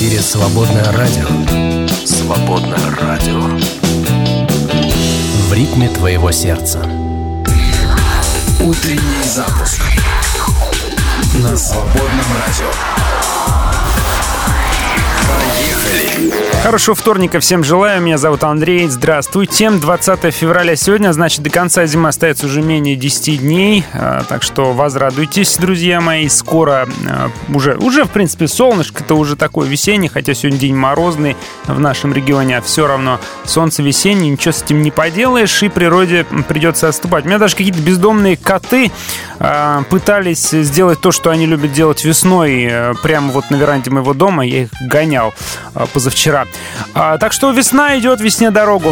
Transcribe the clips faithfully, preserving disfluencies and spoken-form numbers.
эфире «Свободное радио». «Свободное радио». В ритме твоего сердца. Утренний запуск на «Свободном радио». Поехали! Хорошего вторника всем желаю. Меня зовут Андрей. Здравствуйте. двадцатое февраля сегодня, значит, до конца зимы остается уже менее десяти дней. Так что возрадуйтесь, друзья мои. Скоро уже, уже в принципе, солнышко-то уже такое весеннее, хотя сегодня день морозный в нашем регионе, а все равно солнце весеннее, ничего с этим не поделаешь, и природе придется отступать. У меня даже какие-то бездомные коты пытались сделать то, что они любят делать весной, прямо вот на веранде моего дома. Я их гонял позавчера. А, так что весна идет, весне дорогу.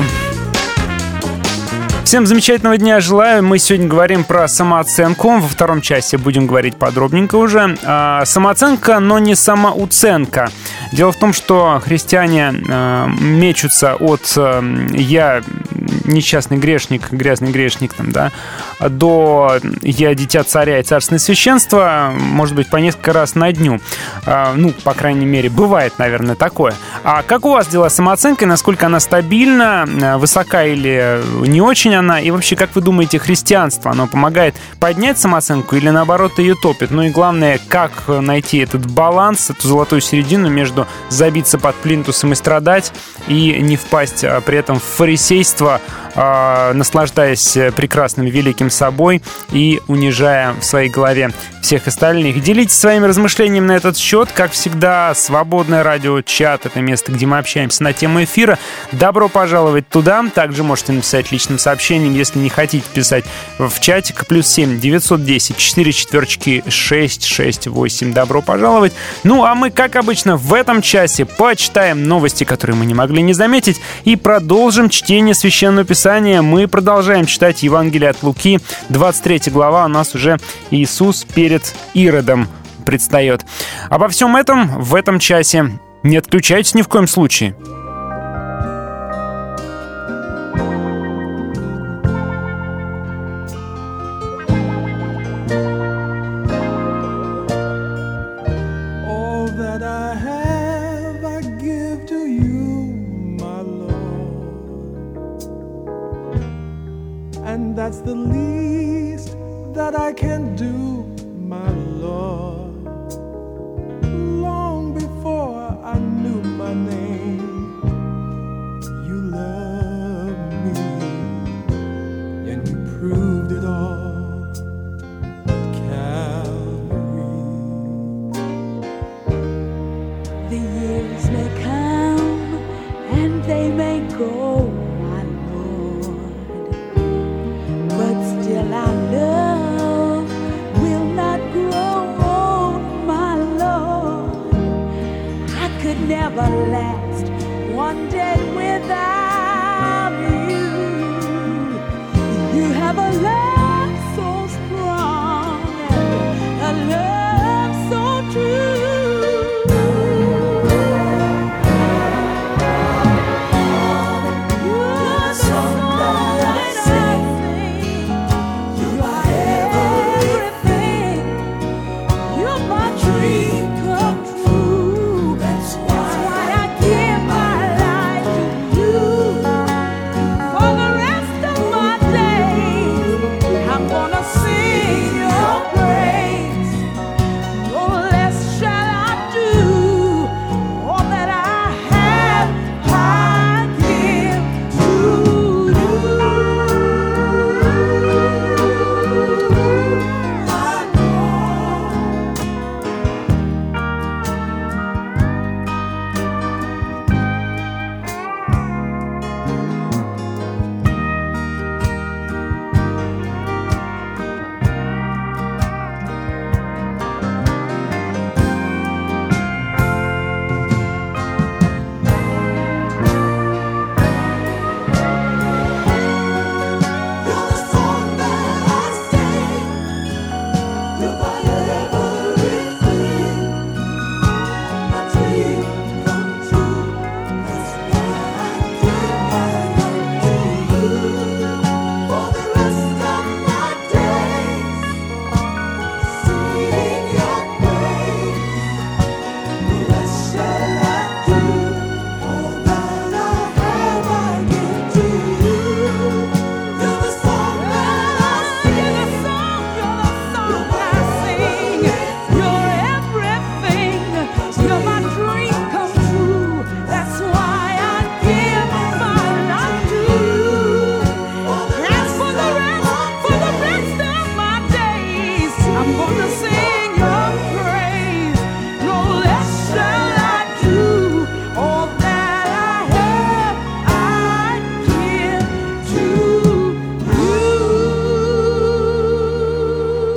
Всем замечательного дня желаю. Мы сегодня говорим про самооценку. Во втором часе будем говорить подробненько уже. А, самооценка, но не самоуценка. Дело в том, что христиане а, мечутся от а, «я несчастный грешник, грязный грешник», там, да, до «я дитя царя и царственное священство», может быть, по несколько раз на дню. А, ну, по крайней мере, бывает, наверное, такое. А как у вас дела с самооценкой? Насколько она стабильна, высока или не очень она? И вообще, как вы думаете, христианство, оно помогает поднять самооценку или, наоборот, ее топит? Ну и главное, как найти этот баланс, эту золотую середину между забиться под плинтусом и страдать и не впасть при этом в фарисейство, наслаждаясь прекрасным великим собой и унижая в своей голове всех остальных. Делитесь своими размышлениями на этот счет. Как всегда, «Свободное радио», чат — это место, где мы общаемся на тему эфира. Добро пожаловать туда. Также можете написать личным сообщением, если не хотите писать в чатик. Плюс семь девятьсот десять четыре четверочки шесть шесть восемь. Добро пожаловать. Ну, а мы, как обычно, в этом часе почитаем новости, которые мы не могли не заметить, и продолжим чтение Священного Писания. Мы продолжаем читать Евангелие от Луки, двадцать третья глава. У нас уже Иисус перед Иродом предстает. Обо всем этом в этом часе. Не отключайтесь ни в коем случае. That's the least that I can do, my Lord. Long before I knew my name, you loved me, and you proved it all at Calvary. The years may come and they may go, our love will not grow old, my Lord. I could never last one day without you. You have a love so strong and a love so true. You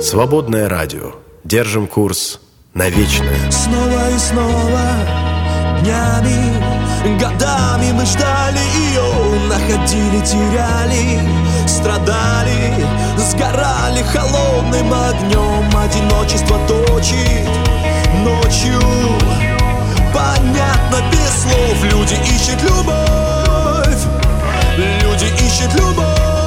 Свободное радио. Держим курс на вечное. Снова и снова, днями, годами мы ждали ее, находили, теряли, страдали, сгорали холодным огнем. Одиночество точит ночью, понятно без слов. Люди ищут любовь, люди ищут любовь.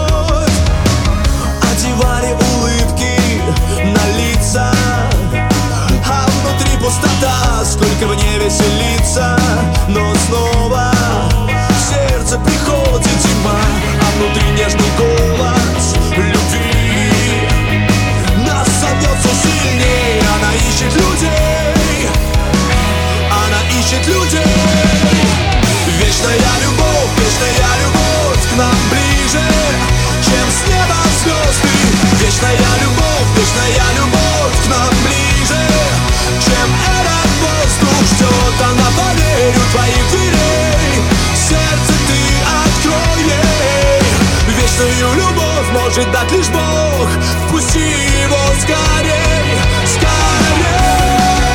Одевали улыбки на лица, а внутри пустота, сколько в ней веселиться. Но снова в сердце приходит зима, а внутри нежный голос любви нас зовет все сильнее. Она ищет людей, она ищет людей. Вечная любовь, вечная любовь к нам ближе, чем с неба звезды. Вечная любовь, вечная любовь к нам ближе, чем этот воздух ждет. Она, поверь, у твоих дверей, сердце ты открой ей. Вечную любовь может дать лишь Бог, впусти его скорей, скорей.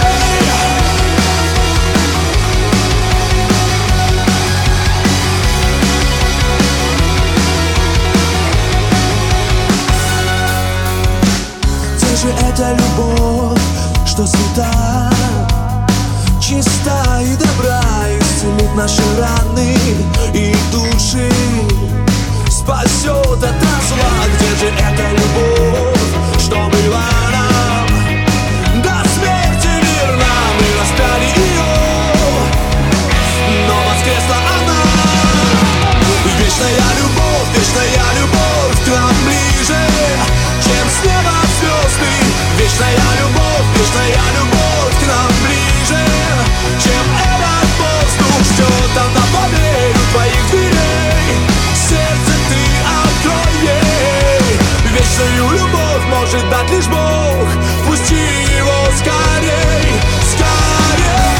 Это любовь, что свята, чиста и добра, исцелит наши раны и души, спасет от зла. Где же эта любовь, что была нам до смерти верна? Мы распяли ее, но воскресла она. Вечная любовь, вечная любовь к нам ближе, чем с неба звезды. Вечная любовь, вечная любовь к нам ближе, чем этот воздух ждет. Она, поверь, у твоих дверей, сердце ты открой ей. Вечную любовь может дать лишь Бог, пусти его скорей, скорей.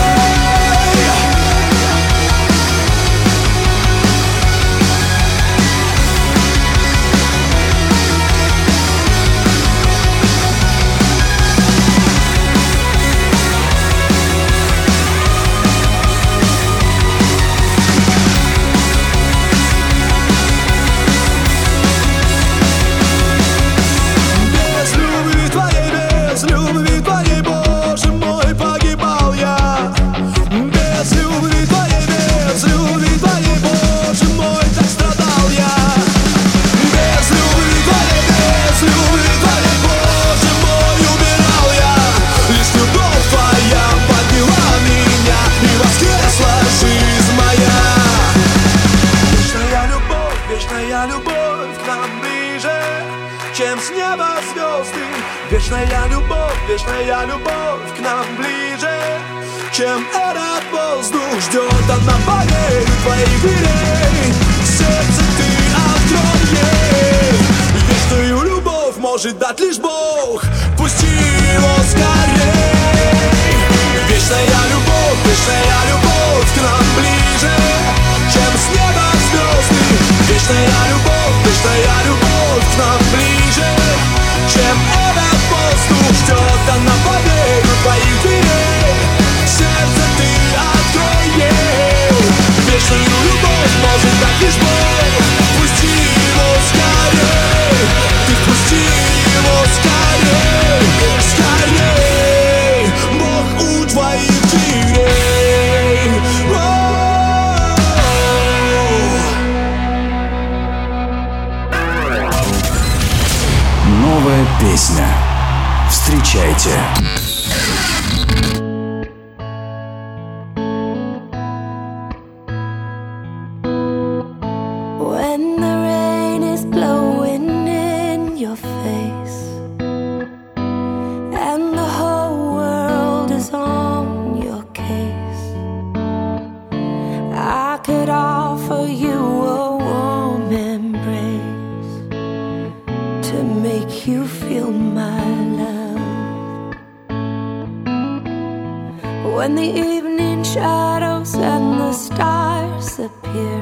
Вечная любовь, вечная любовь к нам ближе, чем этот воздух ждет. Она, поверь, у твоих дверей, сердце ты открой ей. Вечную любовь может дать лишь Бог, пусти его скорей. Вечная любовь, вечная любовь к нам ближе, чем с неба звезды. Вечная любовь, вечная любовь к нам ближе, чем этот воздух ждет. Она, поверь, у твоих дверей, сердце ты открой ей. Вечную любовь может дать лишь Бог, пусти его скорей. Ты впусти его скорей, скорей. Бог у твоих дверей. Новая песня. Встречайте. When the rain is blowing in your face and the whole world is on your case, I could offer you a warm embrace to make you feel my love. When the evening shadows and the stars appear,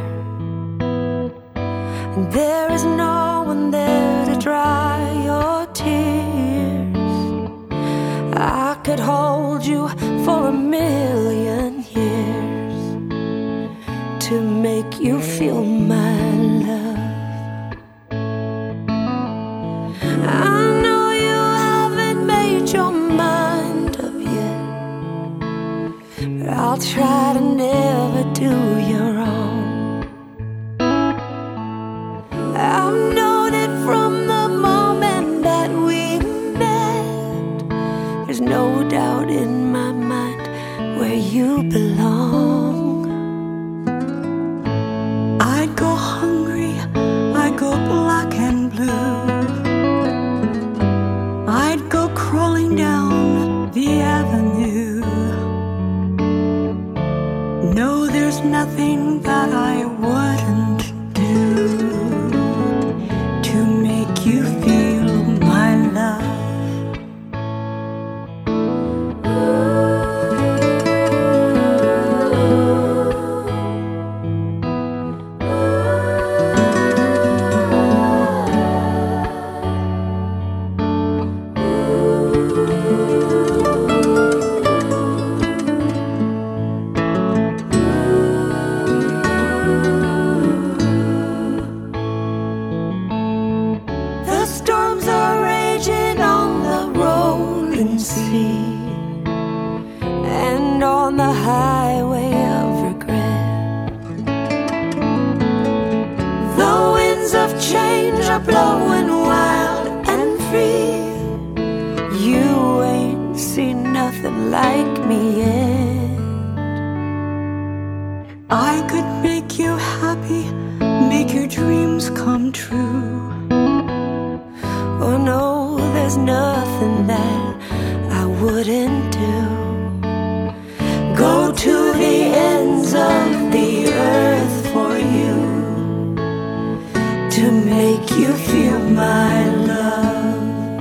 there is no one there to dry your tears. could hold you for a million years to make you feel my love. I know you haven't made your mind up yet, but I'll try to never do you wrong. I've known it from the moment that we met. There's no doubt in my mind where you belong. I'd go hungry, I'd go black and blue, I'd go crawling down the avenue. No, there's nothing that I wouldn't do to make you feel my love. The storms are raging on the rolling sea and on the highway of regret. The winds of change are blowing wild and free. You ain't seen nothing like me yet. I could make you happy, make your dreams come true. Oh no, there's nothing that I wouldn't do. Go to the ends of the earth for you to make you feel my love,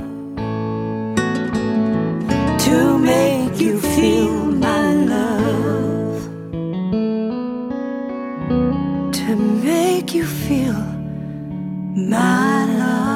to make you feel my love, to make you feel my love.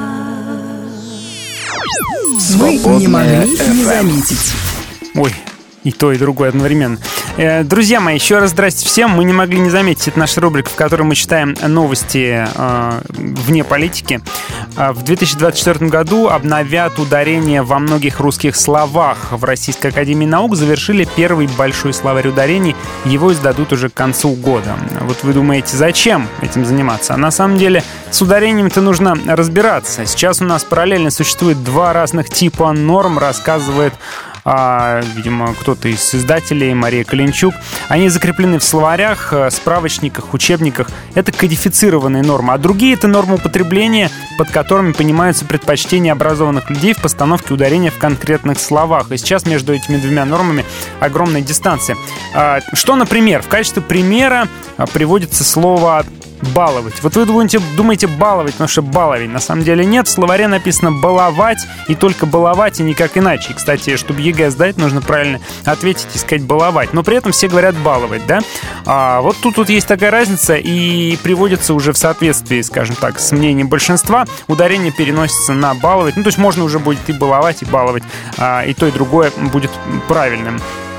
Мы не могли не заметить. Ой, и то, и другое одновременно. Э, друзья мои, еще раз здрасте всем. Мы не могли не заметить, это наша рубрика, в которой мы читаем новости э, вне политики. Э, в две тысячи двадцать четвёртом году обновят ударение во многих русских словах. В Российской академии наук завершили первый большой словарь ударений. Его издадут уже к концу года. Вот вы думаете, зачем этим заниматься? А на самом деле с ударениями-то нужно разбираться. Сейчас у нас параллельно существует два разных типа норм, рассказывает А, видимо, кто-то из издателей, Мария Калинчук. Они закреплены в словарях, справочниках, учебниках. Это кодифицированные нормы. А другие — это нормы употребления, под которыми понимаются предпочтения образованных людей в постановке ударения в конкретных словах. И сейчас между этими двумя нормами огромная дистанция. А, что, например, в качестве примера приводится слово «баловать». Вот вы думаете, думаете баловать, потому что баловень. На самом деле нет. В словаре написано «баловать», и только «баловать», и никак иначе. И, кстати, чтобы ЕГЭ сдать, нужно правильно ответить и сказать «баловать». Но при этом все говорят «баловать», да? А вот тут, тут есть такая разница, и приводится уже в соответствии, скажем так, с мнением большинства. Ударение переносится на «баловать». Ну, то есть можно уже будет и «баловать», и «баловать». А, и то, и другое будет правильным.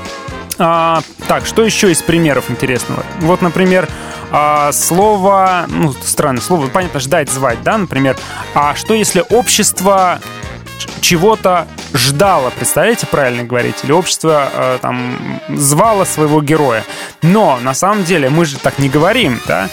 А, так, что еще из примеров интересного? Вот, например, а, слово, ну, странное слово, понятно, ждать, звать, да, например. А что если общество чего-то ждало, представляете, правильно говорить? Или общество э, там звало своего героя. Но на самом деле мы же так не говорим, да?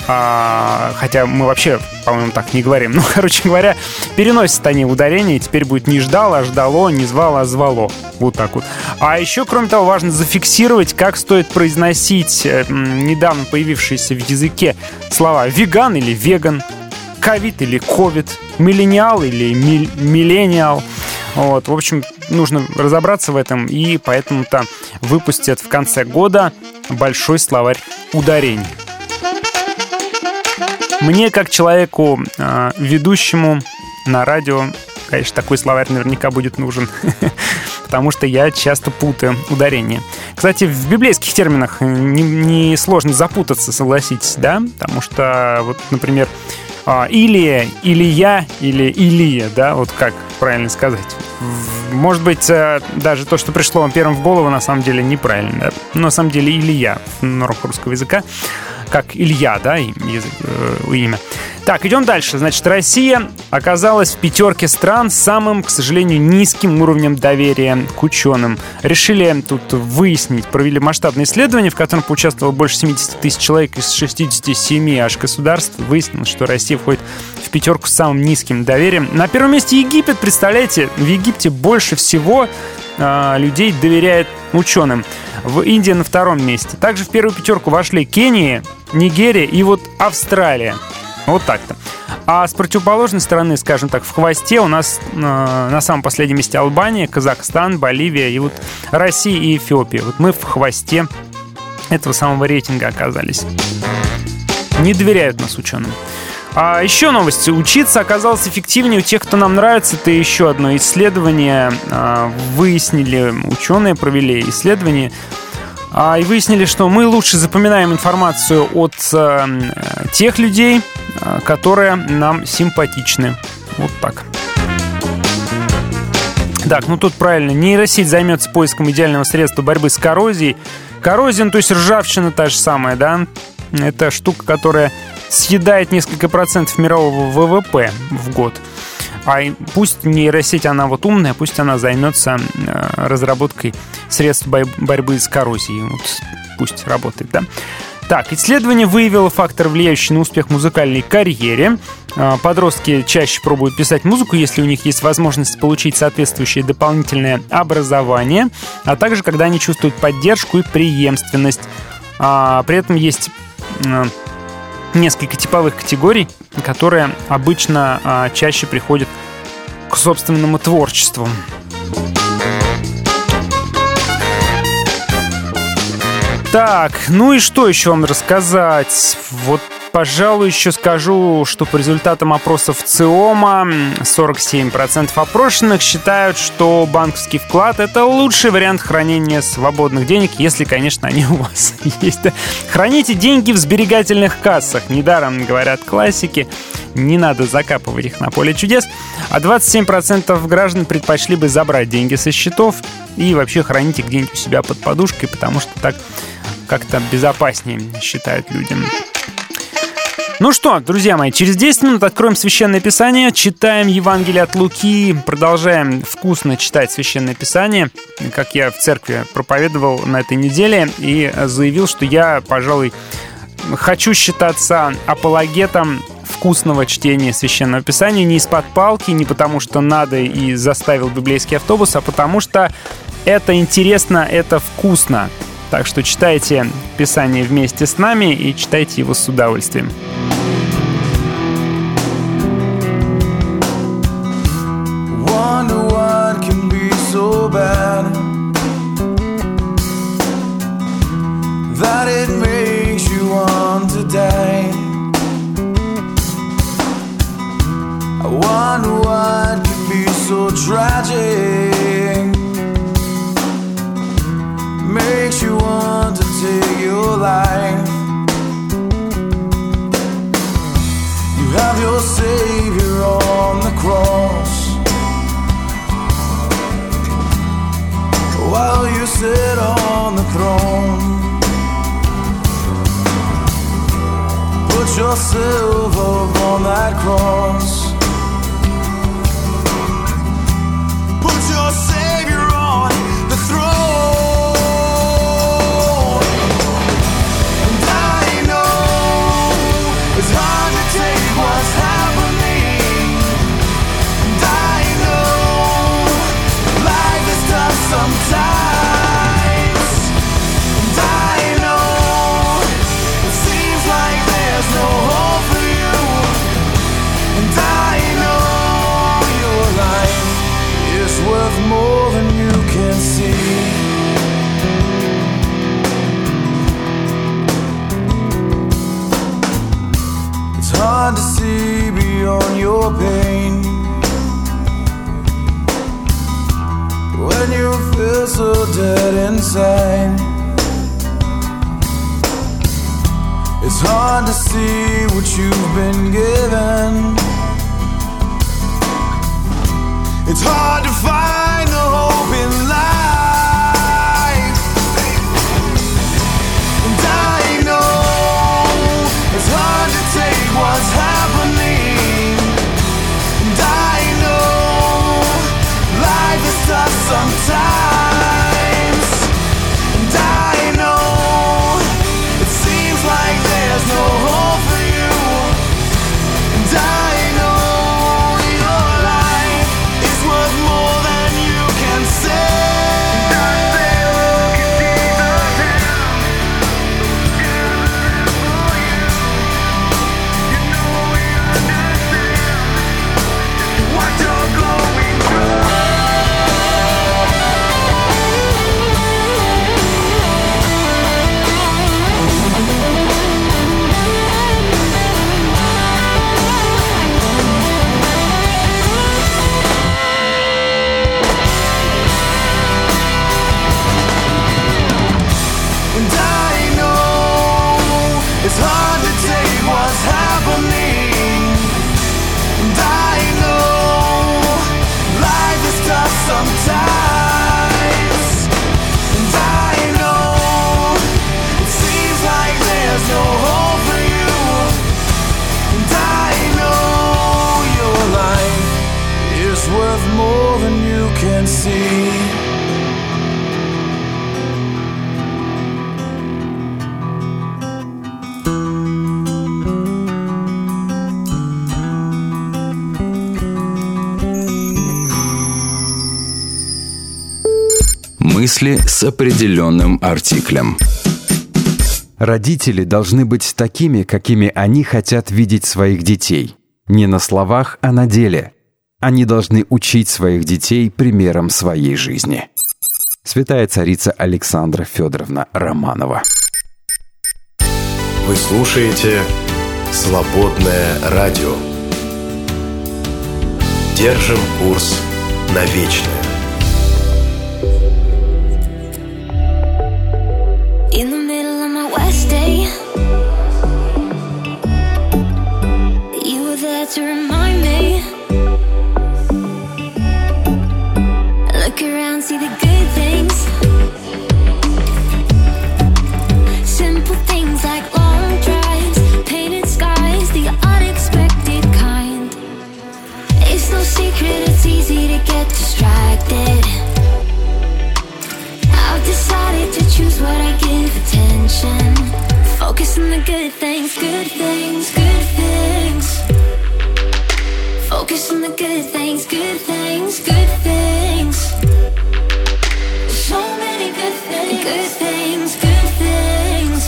А, хотя мы вообще, по-моему, так не говорим. Ну, короче говоря, переносят они ударение, и теперь будет не ждало, а ждало, не звало, а звало. Вот так вот. А еще, кроме того, важно зафиксировать, как стоит произносить э, недавно появившиеся в языке слова «веган» или «веган», «ковид» или «ковид», «миллениал» или миль, «миллениал». Вот, в общем, нужно разобраться в этом, и поэтому-то выпустят в конце года большой словарь ударений. Мне, как человеку, э, ведущему на радио, конечно, такой словарь наверняка будет нужен, потому что я часто путаю ударения. Кстати, в библейских терминах не, не сложно запутаться, согласитесь, да? Потому что, вот, например, Илия, Илья или Илия, да, вот как правильно сказать. В может быть, даже то, что пришло вам первым в голову, на самом деле неправильно. Да? На самом деле Илья в нормах русского языка. Как Илья, да, язык, э, имя. Так, идем дальше. Значит, Россия оказалась в пятерке стран с самым, к сожалению, низким уровнем доверия к ученым. Решили тут выяснить, провели масштабное исследование, в котором поучаствовало больше семьдесят тысяч человек из шестидесяти семи аж государств. Выяснилось, что Россия входит в пятерку с самым низким доверием. На первом месте Египет, представляете, в Египте больше всего э, людей доверяет ученым. В Индии на втором месте. Также в первую пятерку вошли Кения, Нигерия и вот Австралия. Вот так-то. А с противоположной стороны, скажем так, в хвосте у нас э, на самом последнем месте Албания, Казахстан, Боливия и вот Россия и Эфиопия. Вот мы в хвосте этого самого рейтинга оказались. Не доверяют нас ученым. А еще новость. Учиться оказалось эффективнее у тех, кто нам нравится. Это еще одно исследование. Выяснили, ученые провели исследование и выяснили, что мы лучше запоминаем информацию от тех людей, которые нам симпатичны. Вот так. Так, ну тут правильно. Нейросеть займется поиском идеального средства борьбы с коррозией. Коррозия, ну, то есть ржавчина та же самая, да? Это штука, которая съедает несколько процентов мирового ВВП в год. А пусть нейросеть, она вот умная, пусть она займется разработкой средств борьбы с коррозией. Вот пусть работает, да? Так, исследование выявило фактор, влияющий на успех в музыкальной карьере. Подростки чаще пробуют писать музыку, если у них есть возможность получить соответствующее дополнительное образование, а также когда они чувствуют поддержку и преемственность. При этом есть несколько типовых категорий, которые обычно а, чаще приходят к собственному творчеству. Так, ну и что еще вам рассказать? Вот, пожалуй, еще скажу, что по результатам опросов ЦИОМа сорок семь процентов опрошенных считают, что банковский вклад — это лучший вариант хранения свободных денег, если, конечно, они у вас есть. Храните деньги в сберегательных кассах. Недаром говорят классики, не надо закапывать их на поле чудес. А двадцать семь процентов граждан предпочли бы забрать деньги со счетов и вообще хранить их где-нибудь у себя под подушкой, потому что так как-то безопаснее, считают люди. Ну что, друзья мои, через десять минут откроем Священное Писание, читаем Евангелие от Луки, продолжаем вкусно читать Священное Писание, как я в церкви проповедовал на этой неделе и заявил, что я, пожалуй, хочу считаться апологетом вкусного чтения Священного Писания не из-под палки, не потому что надо и заставил библейский автобус, а потому что это интересно, это вкусно. Так что читайте Писание вместе с нами и читайте его с удовольствием. Wonder what can be so bad that it makes you want to die. I wonder what can be so tragic, makes you want to take your life. You have your Savior on the cross, while you sit on the throne. Put yourself up on that cross. Put your Savior on the throne. It's hard to take what's happening, and I know life is tough sometimes, and I know it seems like there's no hope for you, and I know your life is worth more than you can see. It's hard to see beyond your pain when you feel so dead inside. It's hard to see what you've been given. It's hard to find the It's hard to take what's happening, and I know life is tough sometimes, and I know it seems like there's no hope for you, and I know your life is worth more than you can see. Мысли с определенным артиклем. Родители должны быть такими, какими они хотят видеть своих детей. Не на словах, а на деле. Они должны учить своих детей примером своей жизни. Святая царица Александра Федоровна Романова. Вы слушаете «Свободное радио». Держим курс на вечное. In the middle of my worst day, you were there to remind me. Look around, see the good things. Simple things like long drives, painted skies, the unexpected kind. It's no secret, it's easy to get distracted. I've decided to choose what I give attention. Focus on the good things, good things, good things. Focus on the good things, good things, good things. So many good things, good things, good things.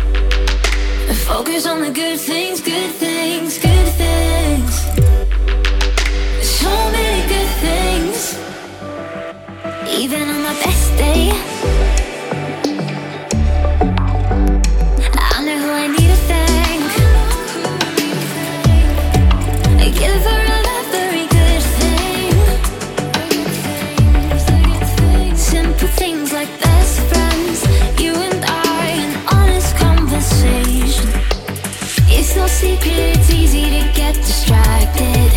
Focus on the good things, good things, good things. So many good things. Even on my best day, I know who I need to thank. I give her every good thing. Simple things like best friends, you and I, an honest conversation. It's no secret, it's easy to get distracted.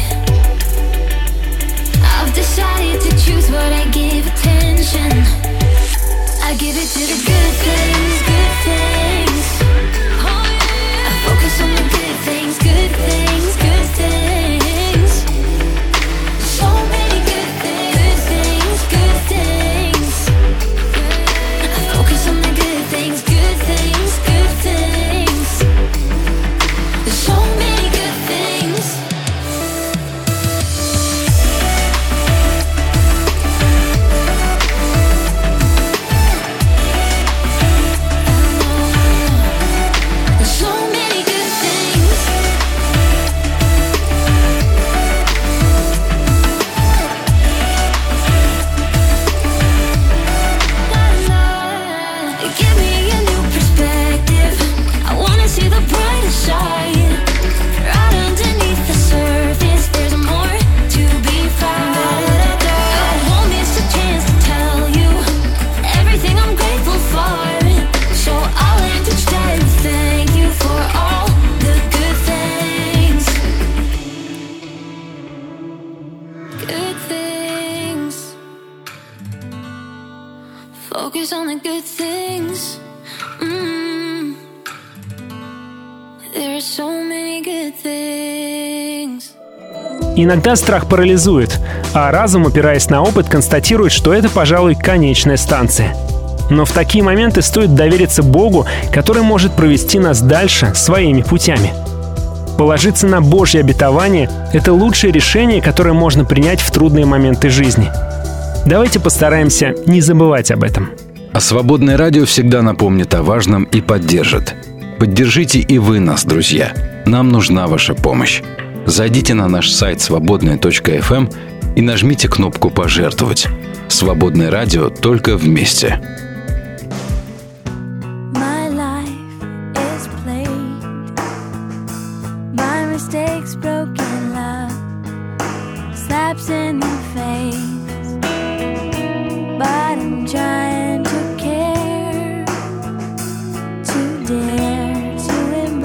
I've decided to choose what I give attention. I give it to the good things, good things. I focus on the good things, good things, good things. So many good things, good things, good things. I focus on the good things, good things, good things. So many good things. So many good things. Give me a new perspective. I wanna see the brighter side. Right underneath the surface, there's more to be found. I won't miss a chance to tell you everything I'm grateful for. So I'll end each day with thank you for all the good things. Good things. Focus on the good things. Mm. There are so many good things. Иногда страх парализует, а разум, опираясь на опыт, констатирует, что это, пожалуй, конечная станция. Но в такие моменты стоит довериться Богу, который может провести нас дальше своими путями. Положиться на Божье обетование – это лучшее решение, которое можно принять в трудные моменты жизни. Давайте постараемся не забывать об этом. А «Свободное радио» всегда напомнит о важном и поддержит. Поддержите и вы нас, друзья. Нам нужна ваша помощь. Зайдите на наш сайт свободное точка эф эм и нажмите кнопку «Пожертвовать». «Свободное радио» только вместе. My life is played. My mistakes, broken love, slaps in the face. But I'm trying to care, to dare to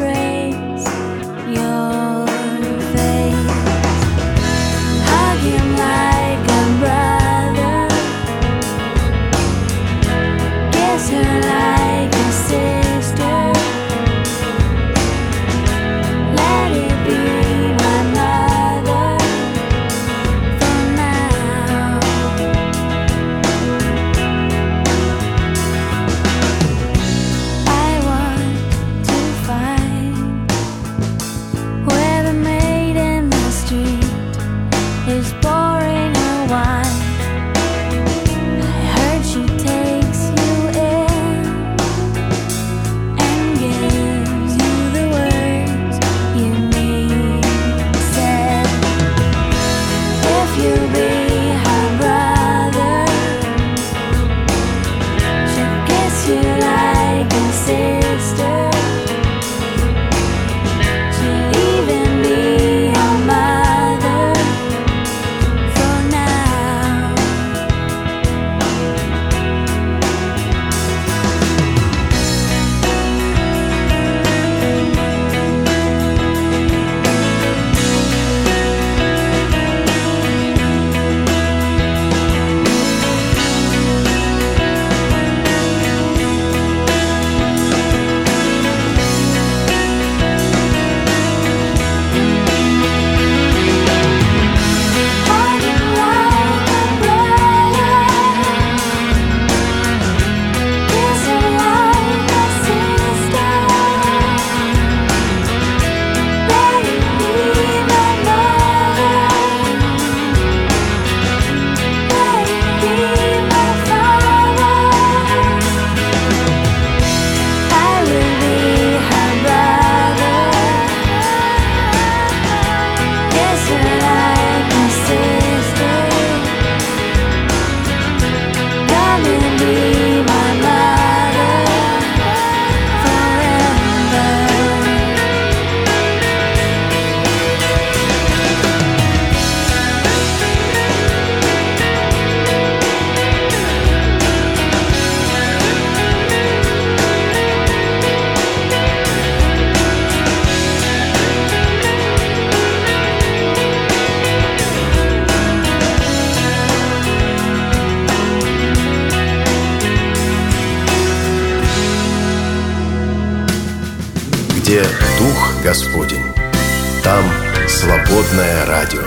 Где Дух Господень, там свободное радио.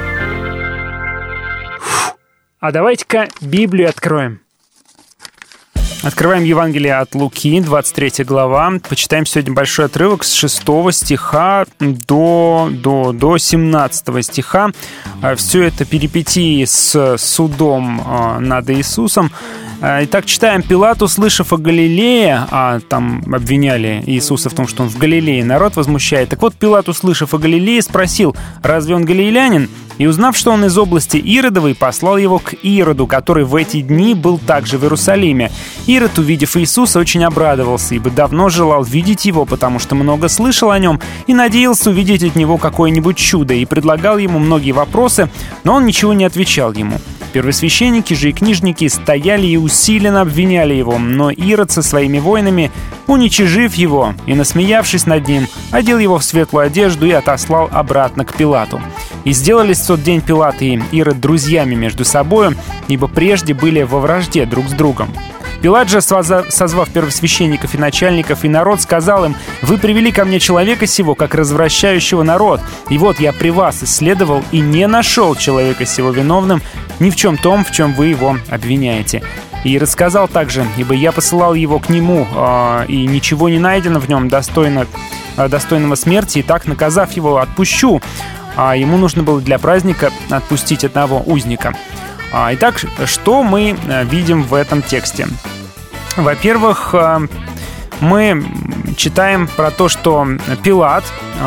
А давайте-ка Библию откроем. Открываем Евангелие от Луки, двадцать третья глава. Почитаем сегодня большой отрывок с шестого стиха до, до, до семнадцатого стиха. Все это перипетии с судом над Иисусом. Итак, читаем. Пилат, услышав о Галилее, а там обвиняли Иисуса в том, что он в Галилее, народ возмущает. Так вот, Пилат, услышав о Галилее, спросил, разве он галилеянин? И узнав, что он из области Иродовой, послал его к Ироду, который в эти дни был также в Иерусалиме. Ирод, увидев Иисуса, очень обрадовался, ибо давно желал видеть его, потому что много слышал о нем, и надеялся увидеть от него какое-нибудь чудо, и предлагал ему многие вопросы, но он ничего не отвечал ему. Первосвященники же и книжники стояли и усиленно обвиняли его, но Ирод со своими воинами, уничижив его и насмеявшись над ним, одел его в светлую одежду и отослал обратно к Пилату. И сделались в тот день Пилат и Ирод друзьями между собою, ибо прежде были во вражде друг с другом. Пилат же, созвав первосвященников и начальников и народ, сказал им: «Вы привели ко мне человека сего, как развращающего народ, и вот я при вас исследовал и не нашел человека сего виновным ни в чем том, в чем вы его обвиняете». И Ирод сказал также: «Ибо я посылал его к нему, э, и ничего не найдено в нем достойно, э, достойного смерти, и так, наказав его, отпущу». А ему нужно было для праздника отпустить одного узника. Итак, что мы видим в этом тексте? Во-первых, мы читаем про то, что Пилат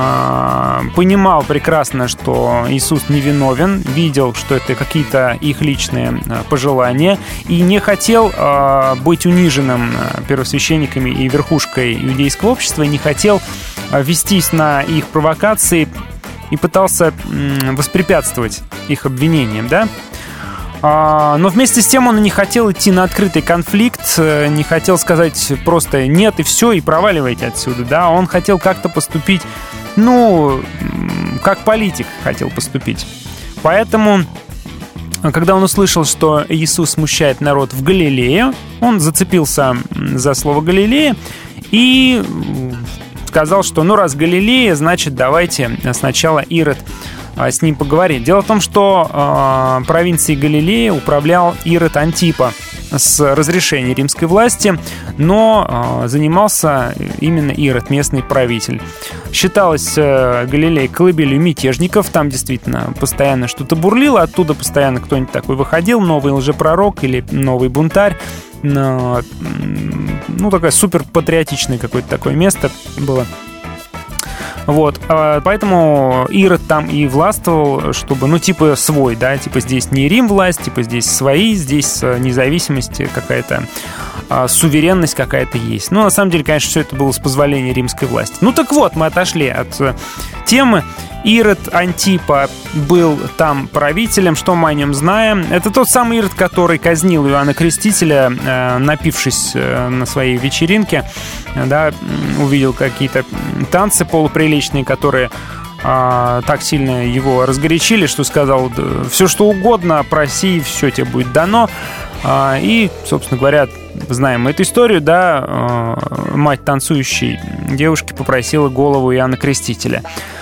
понимал прекрасно, что Иисус невиновен, видел, что это какие-то их личные пожелания, и не хотел быть униженным первосвященниками и верхушкой иудейского общества, и не хотел вестись на их провокации, и пытался воспрепятствовать их обвинениям, да? Но вместе с тем он не хотел идти на открытый конфликт, не хотел сказать просто «нет» и все, и проваливайте отсюда, да? Он хотел как-то поступить, ну, как политик хотел поступить. Поэтому, когда он услышал, что Иисус смущает народ в Галилее, он зацепился за слово «Галилея» и сказал, что ну раз Галилея, значит давайте сначала Ирод а, с ним поговорит. Дело в том, что э, провинцией Галилея управлял Ирод Антипа с разрешения римской власти, но э, занимался именно Ирод, местный правитель. Считалось э, Галилея колыбелью мятежников, там действительно постоянно что-то бурлило, оттуда постоянно кто-нибудь такой выходил, новый лжепророк или новый бунтарь. Ну, такое супер патриотичное какое-то такое место было. Вот, поэтому Ирод там и властвовал, чтобы, ну, типа свой, да, типа здесь не Рим власть, типа здесь свои, здесь независимость какая-то, суверенность какая-то есть. Ну, на самом деле, конечно, все это было с позволения римской власти. Ну, так вот, мы отошли от темы. Ирод Антипа был там правителем, что мы о нем знаем. Это тот самый Ирод, который казнил Иоанна Крестителя, э, напившись э, на своей вечеринке, э, да, увидел какие-то танцы полуприличные, которые э, так сильно его разгорячили, что сказал: все что угодно, проси, все тебе будет дано. Э, и, собственно говоря, знаем мы эту историю, да, э, мать танцующей девушки попросила голову Иоанна Крестителя.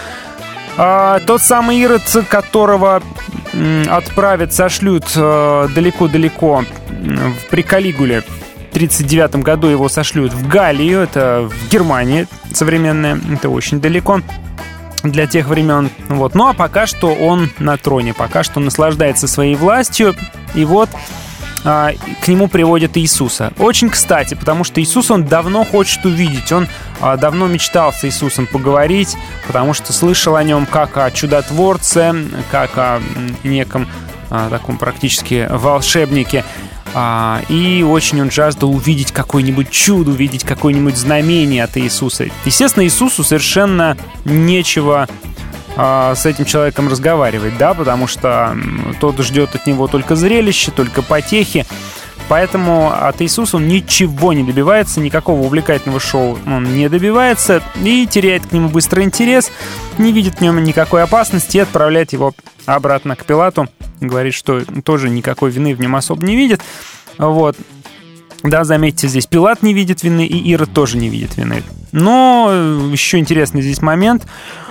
А, тот самый Ирод, которого м, отправят, сошлют э, далеко-далеко при Калигуле. В тридцать девятом году его сошлют в Галлию, это в Германии современная, это очень далеко для тех времен. Вот. Ну а пока что он на троне, пока что наслаждается своей властью. И вот а, к нему приводят Иисуса. Очень кстати, потому что Иисус он давно хочет увидеть, он а, давно мечтал с Иисусом поговорить, потому что слышал о нем как о чудотворце, как о неком а, таком практически волшебнике. А, и очень он жаждал увидеть какое-нибудь чудо, увидеть какое-нибудь знамение от Иисуса. Естественно, Иисусу совершенно нечего а, с этим человеком разговаривать, да, потому что тот ждет от него только зрелища, только потехи. Поэтому от Иисуса он ничего не добивается, никакого увлекательного шоу он не добивается и теряет к нему быстро интерес, не видит в нем никакой опасности и отправляет его обратно к Пилату. Говорит, что тоже никакой вины в нем особо не видит. Вот. Да, заметьте, здесь Пилат не видит вины, и Ирод тоже не видит вины. Но еще интересный здесь момент.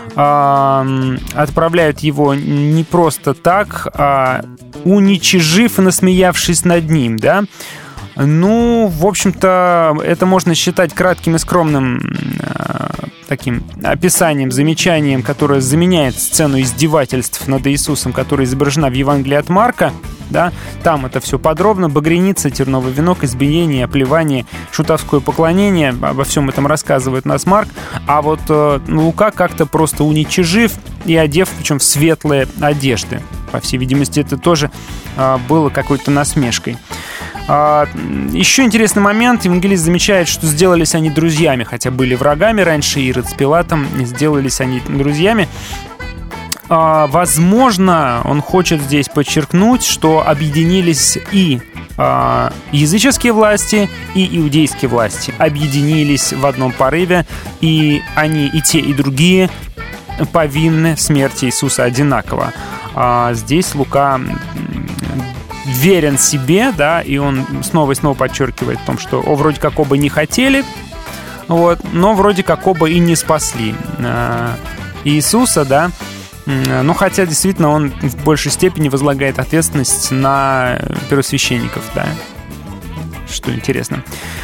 Отправляют его не просто так, а уничижив и насмеявшись над ним, да. Ну, в общем-то, это можно считать кратким и скромным э, таким описанием, замечанием, которое заменяет сцену издевательств над Иисусом, которая изображена в Евангелии от Марка. Да? Там это все подробно. Багряница, терновый венок, избиение, оплевание, шутовское поклонение. Обо всем этом рассказывает нас Марк. А вот э, Лука как-то просто уничижив и одев, причем в светлые одежды. По всей видимости, это тоже э, было какой-то насмешкой. А, еще интересный момент. Евангелист замечает, что сделались они друзьями, хотя были врагами раньше, Ирод с Пилатом, сделались они друзьями. А, возможно, он хочет здесь подчеркнуть, что объединились и а, языческие власти, и иудейские власти. Объединились в одном порыве, и они, и те, и другие повинны в смерти Иисуса одинаково. А здесь Лука верен себе, да, и он снова и снова подчеркивает в том, что о, вроде как оба не хотели, вот, но вроде как оба и не спасли э, Иисуса, да, но хотя действительно он в большей степени возлагает ответственность на первосвященников, да, что интересно.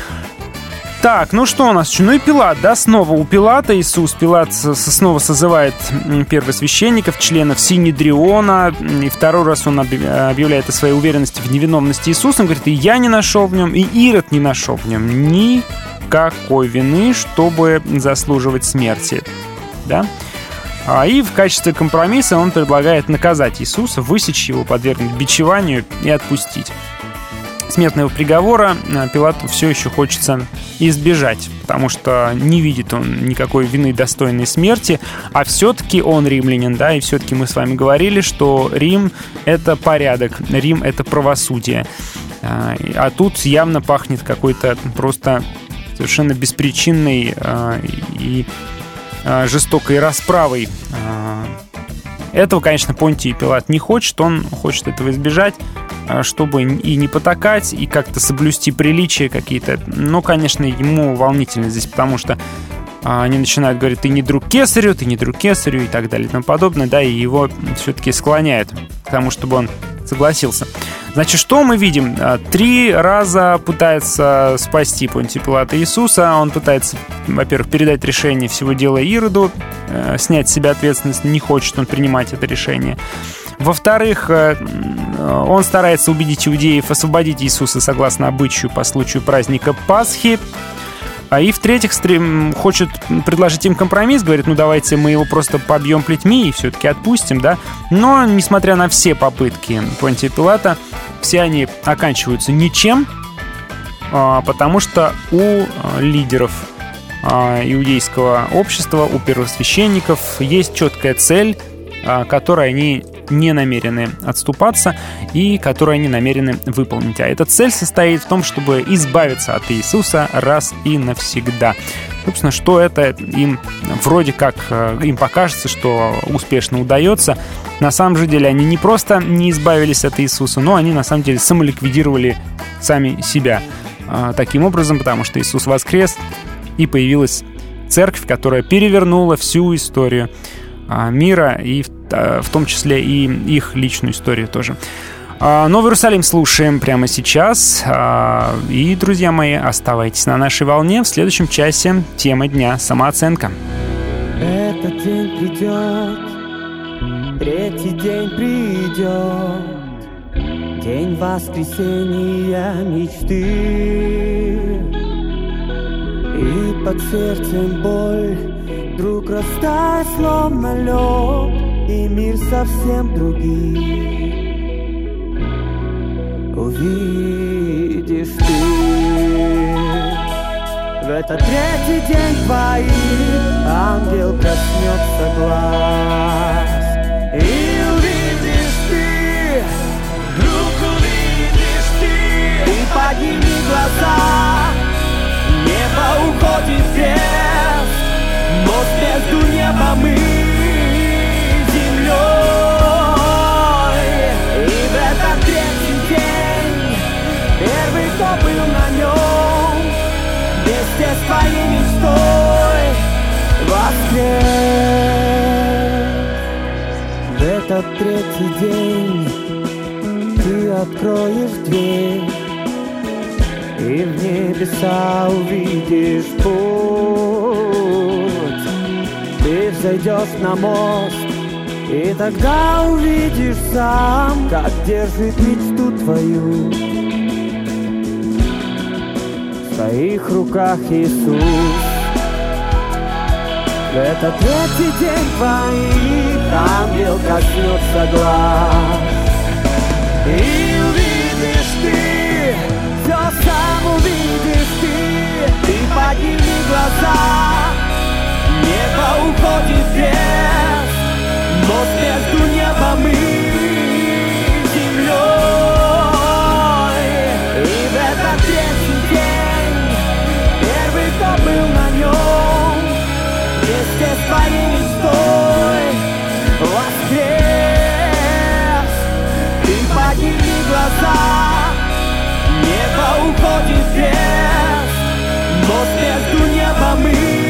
Так, ну что у нас? Ну и Пилат, да, снова у Пилата Иисус. Пилат снова созывает первосвященников, членов Синедриона, и второй раз он объявляет о своей уверенности в невиновности Иисуса. Он говорит, и я не нашел в нем, и Ирод не нашел в нем никакой вины, чтобы заслуживать смерти, да. И в качестве компромисса он предлагает наказать Иисуса, высечь его, подвергнуть бичеванию и отпустить. Смертного приговора Пилату все еще хочется избежать, потому что не видит он никакой вины, достойной смерти, а все-таки он римлянин, да, и все-таки мы с вами говорили, что Рим — это порядок, Рим — это правосудие. А тут явно пахнет какой-то просто совершенно беспричинной и жестокой расправой. Этого, конечно, Понтий Пилат не хочет, он хочет этого избежать, чтобы и не потакать, и как-то соблюсти приличия какие-то. Но, конечно, ему волнительно здесь, потому что они начинают говорить, ты не друг кесарю, ты не друг кесарю и так далее и тому подобное, да, и его все-таки склоняют к тому, чтобы он согласился. Значит, что мы видим? Три раза пытается спасти Понтий Пилат Иисуса. Он пытается, во-первых, передать решение всего дела Ироду, снять с себя ответственность, не хочет он принимать это решение. Во-вторых, он старается убедить иудеев освободить Иисуса согласно обычаю по случаю праздника Пасхи. И в-третьих, хочет предложить им компромисс, говорит, ну давайте мы его просто побьем плетьми и все-таки отпустим, да. Но, несмотря на все попытки Понтия Пилата, все они оканчиваются ничем, потому что у лидеров иудейского общества, у первосвященников есть четкая цель, которой они не намерены отступаться и которую они намерены выполнить. А эта цель состоит в том, чтобы избавиться от Иисуса раз и навсегда. Собственно, что это им вроде как им покажется, что успешно удается. На самом же деле они не просто не избавились от Иисуса, но они на самом деле самоликвидировали сами себя таким образом, потому что Иисус воскрес, и появилась церковь, которая перевернула всю историю мира, и в том числе и их личную историю тоже. Новый Иерусалим слушаем прямо сейчас. И, друзья мои, оставайтесь на нашей волне. В следующем часе тема дня — самооценка. Этот день придет, третий день придет, день воскресения мечты. И под сердцем боль вдруг растает, словно лед, и мир совсем другим увидишь ты. В этот третий день твоих ангел коснется глаз, и увидишь ты, вдруг увидишь ты, и подними глаза, небо уходит в крест, мост между небом и землей. И в этот третий день первый, кто был на нем, вместе с твоей мечтой третий день ты откроешь дверь, и в небеса увидишь путь. Ты взойдешь на мост, и тогда увидишь сам, как держит мечту твою в своих руках Иисус. В этот третий день твоих ангел коснется глаз, и увидишь ты, все сам увидишь ты. Ты подними глаза, небо уходит вверх, мост между небом и землей. И в этот третий день первый, кто был на нем, вместе с твоей мечтой воскрес. Ты подними глаза, небо уходит вверх, мост между небом и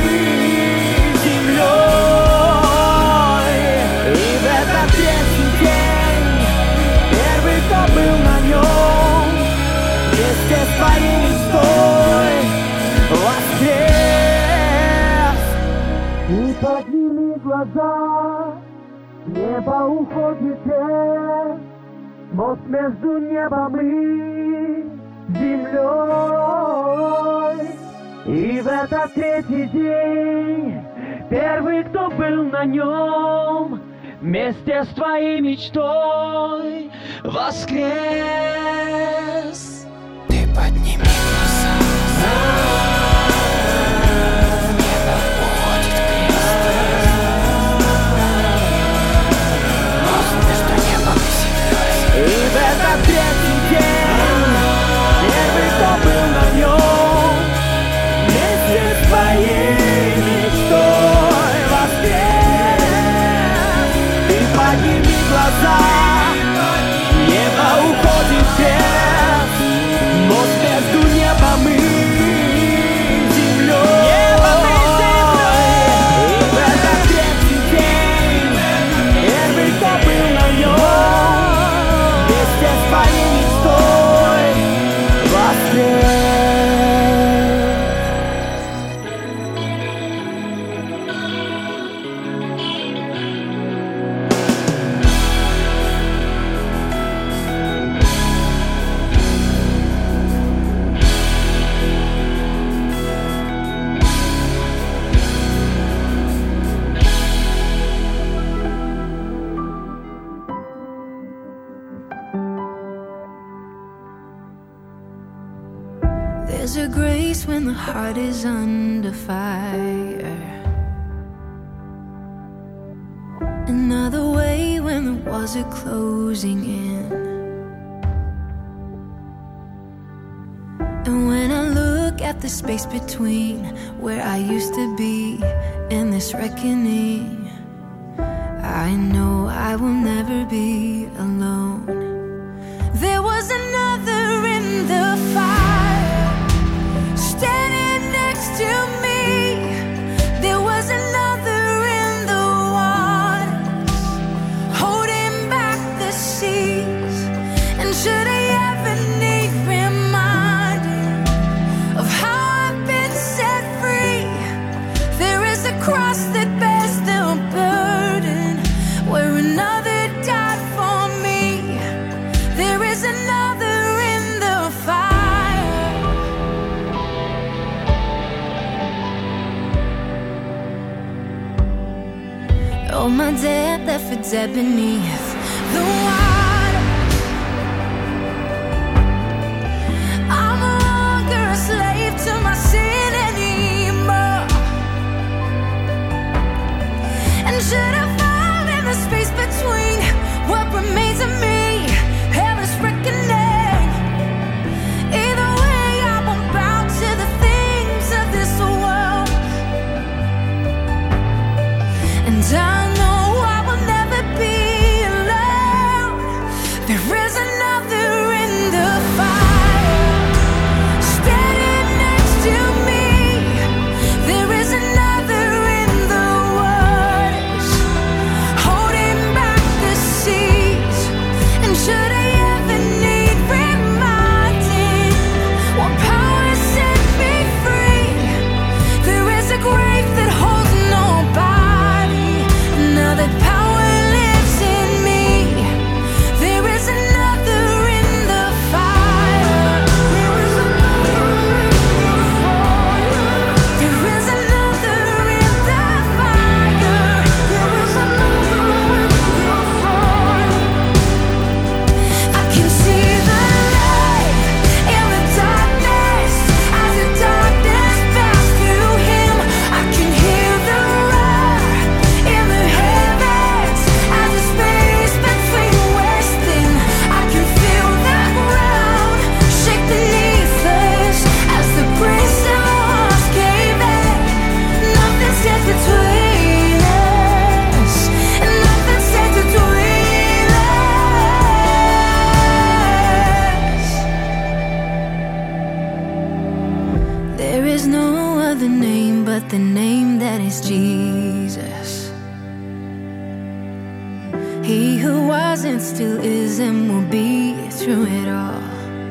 землей. И в этот третий день первый, кто был на нем, вместе с твоей мечтой воскрес. И подними глаза, небо уходит вверх, мост между небом и землей. И в этот третий день первый, кто был на нем, вместе с твоей мечтой воскрес. Ты подними глаза, небо уходит крест, мост между небом и землей. И в этот третий день первый, кто был на нем, вместе с твоей мечтой воскрес. Ты подними глаза, небо уходит вверх, мост между небом и землей. И в этот третий день первый, кто был на нем, вместе с твоей мечтой воскрес. There's a grace when the heart is under fire, another way when the walls are closing in. And when I look at the space between where I used to be and this reckoning, I know I will never be alone. There was another in the fire, standing next to me. There was another in the waters, holding back the seas. And should I ever need reminding of how I've been set free, there is a cross that bears the burden, where another died for me. There is another in the fire. Oh, my dead left for dead beneath the water. I'm no longer a slave to my sin anymore. And should I fall in the space between what remains of me and this reckoning, either way I won't bow to the things of this world. And I know I will never be alone. name that is Jesus. He who was and still is and will be through it all.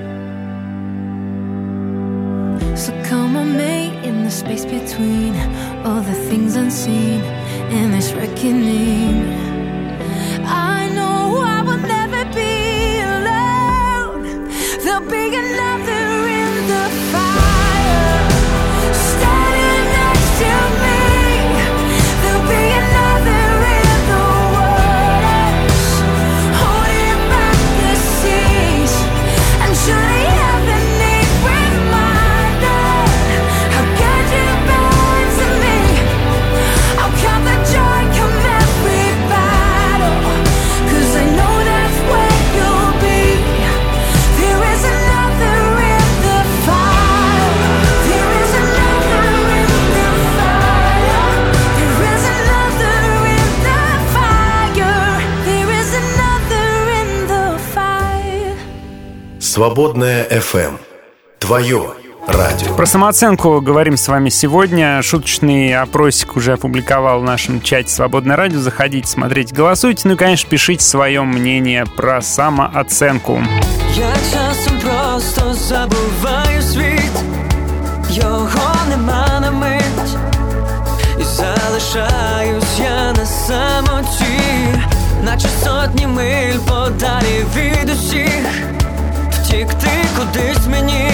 So come on, mate, in the space between all the things unseen and this reckoning. I know I will never be alone. There'll be another in the fire, standing next to me. There'll be another in the waters, holding back the seas, and surely heavenly reminder how good you've been to me. I'll count the joy come every battle, 'cause I know that's where you'll be. There is another in the fire. There is another in the fire. There is another in the fire. There is another in the fire. Свободная эф эм. Твое радио. Про самооценку говорим с вами сегодня. Шуточный опросик уже опубликовал в нашем чате «Свободное радио». Заходите, смотрите, голосуйте. Ну и, конечно, пишите свое мнение про самооценку. Я часом просто забуваю світ, його нема на мить, і залишаюсь я на самоті, наче сотні миль подалі від усіх, втікти кудись мені,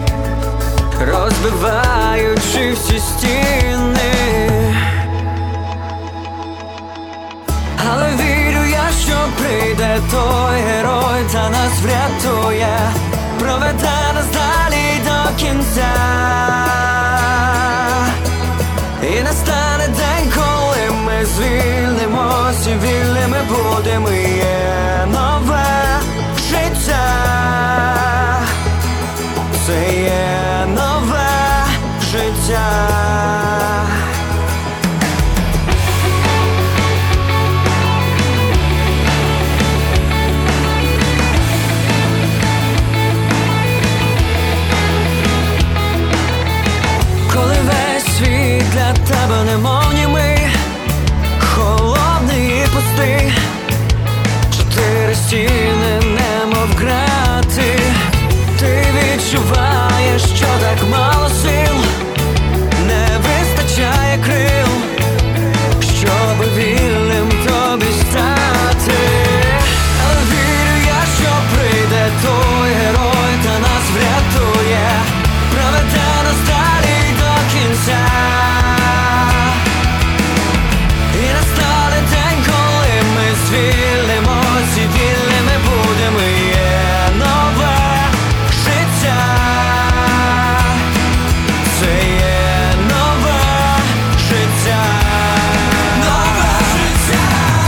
розбиваючи всі стіни. Але вірю я, що прийде той герой та нас врятує, проведе нас далі до кінця. І настане день, коли ми звільнимось, і вільними будемо, і є нове життя. Це є нове життя. Коли весь світ для тебе немов німий, холодний і пустий, чотири стіни немов грати, ти відчуваєш, що так мало сил, не вистачає крил, щоб вільним тобі стати. Але вірю я, що прийде той герой та нас врятує, проведе нас далі до кінця. І настане день, коли ми звільнимось, і вільними будемо, і є нове життя. Це є нове життя. Нове життя.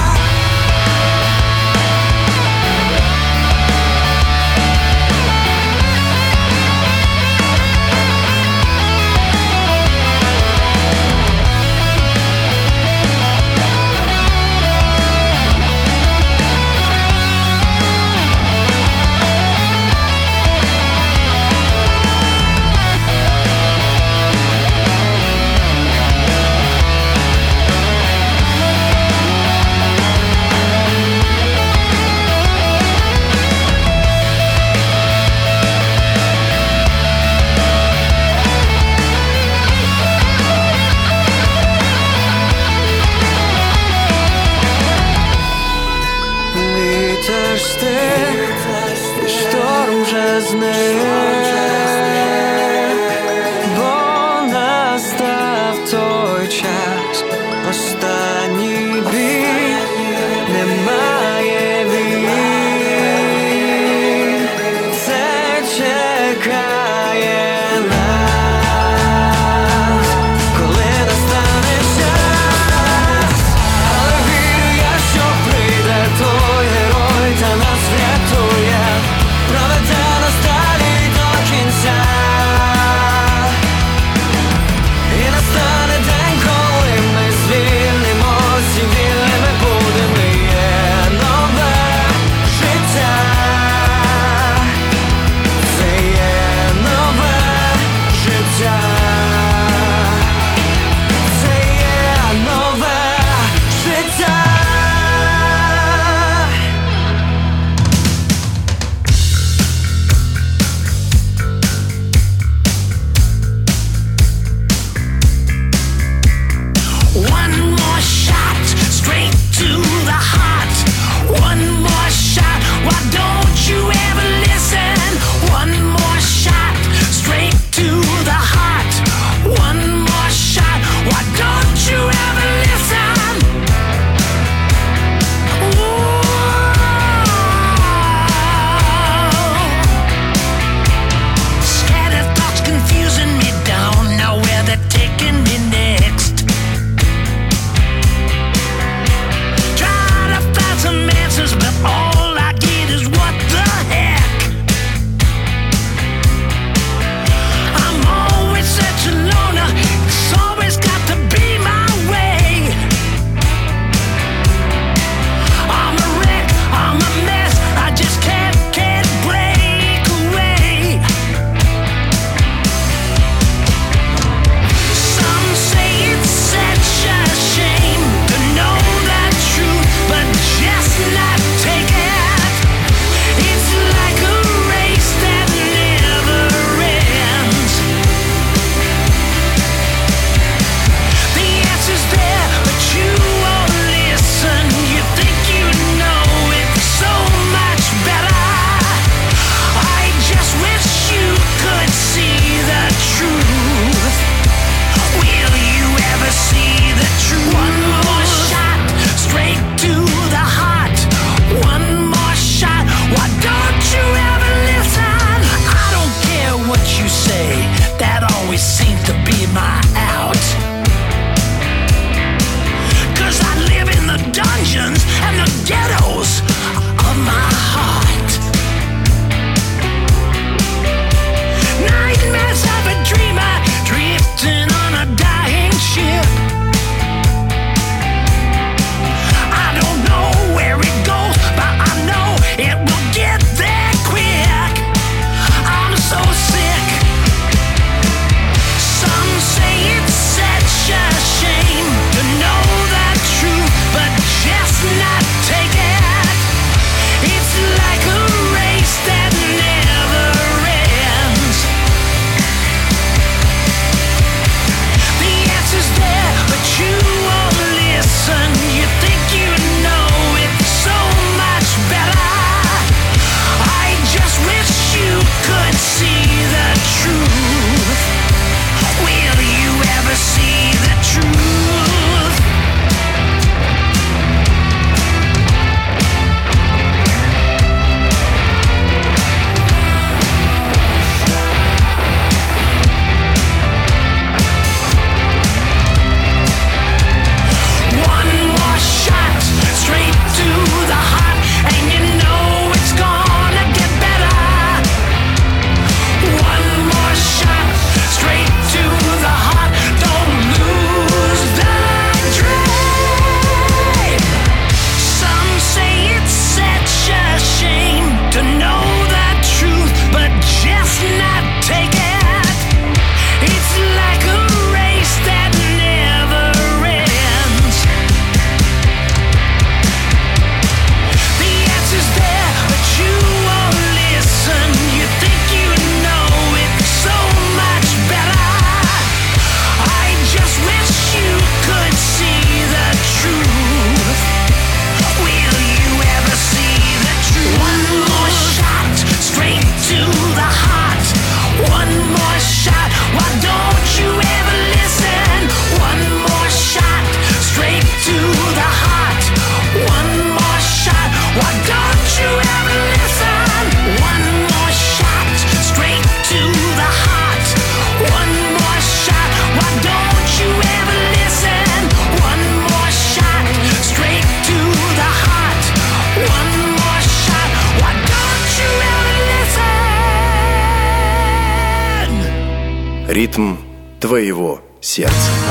Вітер стих, шторм вже зник, бо настав той час, останній бій, немає він, це чекає нас, коли настане час. Але вірю я, що прийде той герой та нас врятує, проведе нас далі до кінця. І настане день, коли ми звільнимо. ритм твоего сердца.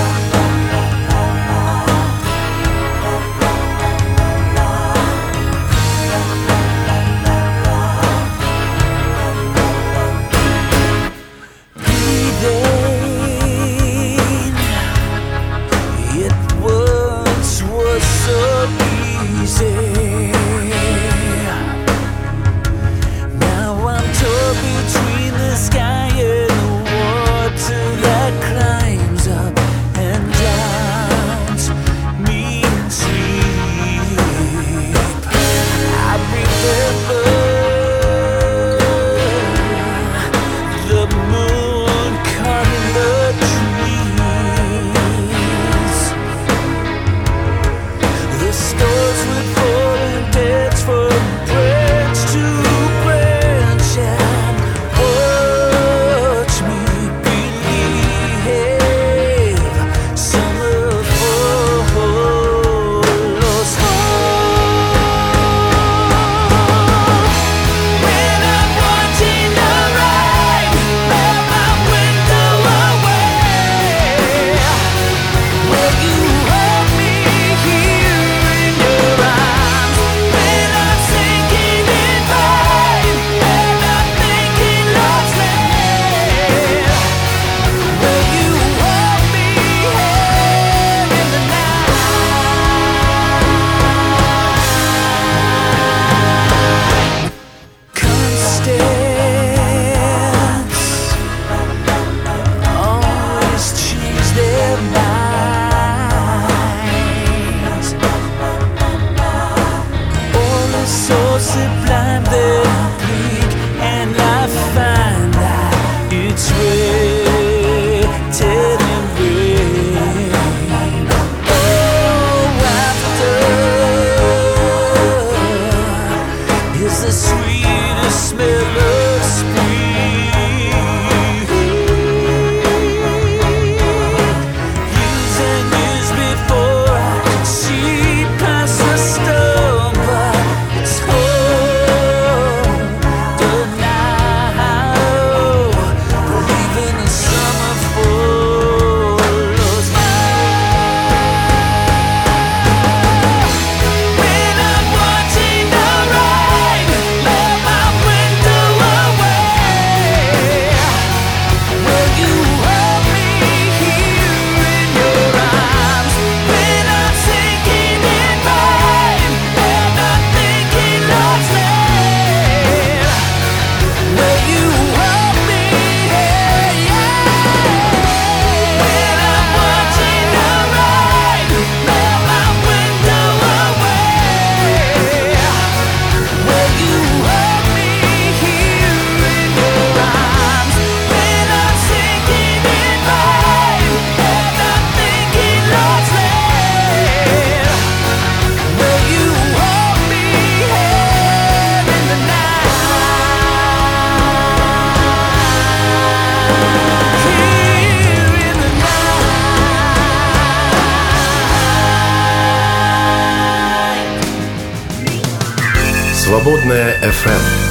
Свободная эф